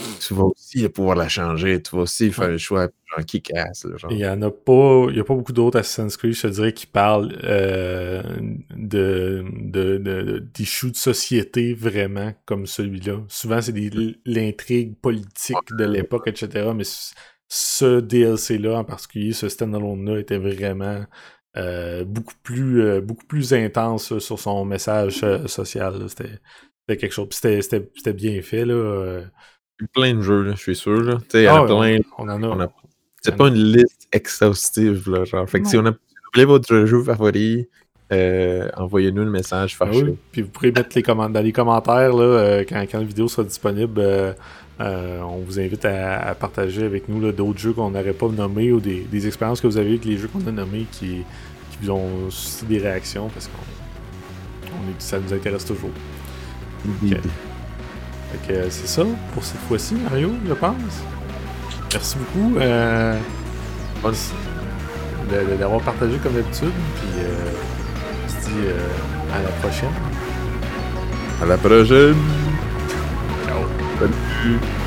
tu vas aussi pouvoir la changer, tu vas aussi faire le choix genre kick-ass. Il n'y en a pas, il y a pas beaucoup d'autres Assassin's Creed, je te dirais, qui parlent euh, de, de, de, de d'issues de société vraiment comme celui-là. Souvent, c'est des, l'intrigue politique de l'époque, et cetera. Mais ce D L C-là en particulier, ce standalone-là, était vraiment euh, beaucoup plus euh, beaucoup plus intense là, sur son message euh, social. Là. C'était, c'était quelque chose. Puis c'était, c'était, c'était bien fait. Là. Euh... Plein de jeux, là, je suis sûr. Là. Ah, ah, plein, on, on en a. on a... C'est pas une liste exhaustive. Là, genre. Fait que non. si on a appelé votre jeu favori, euh, envoyez-nous le message fâché. Oui, puis vous pourrez mettre les comm- dans les commentaires là, euh, quand, quand la vidéo sera disponible. Euh, euh, on vous invite à, à partager avec nous là, d'autres jeux qu'on n'aurait pas nommés ou des, des expériences que vous avez eues avec les jeux qu'on a nommés qui, qui vous ont suscité des réactions parce qu'on on est, ça nous intéresse toujours. Okay. Fait que c'est ça pour cette fois-ci, Mario, je pense. Merci beaucoup euh, de, de, d'avoir partagé comme d'habitude. Puis euh, on se dit euh, à la prochaine. À la prochaine. Ciao. Salut.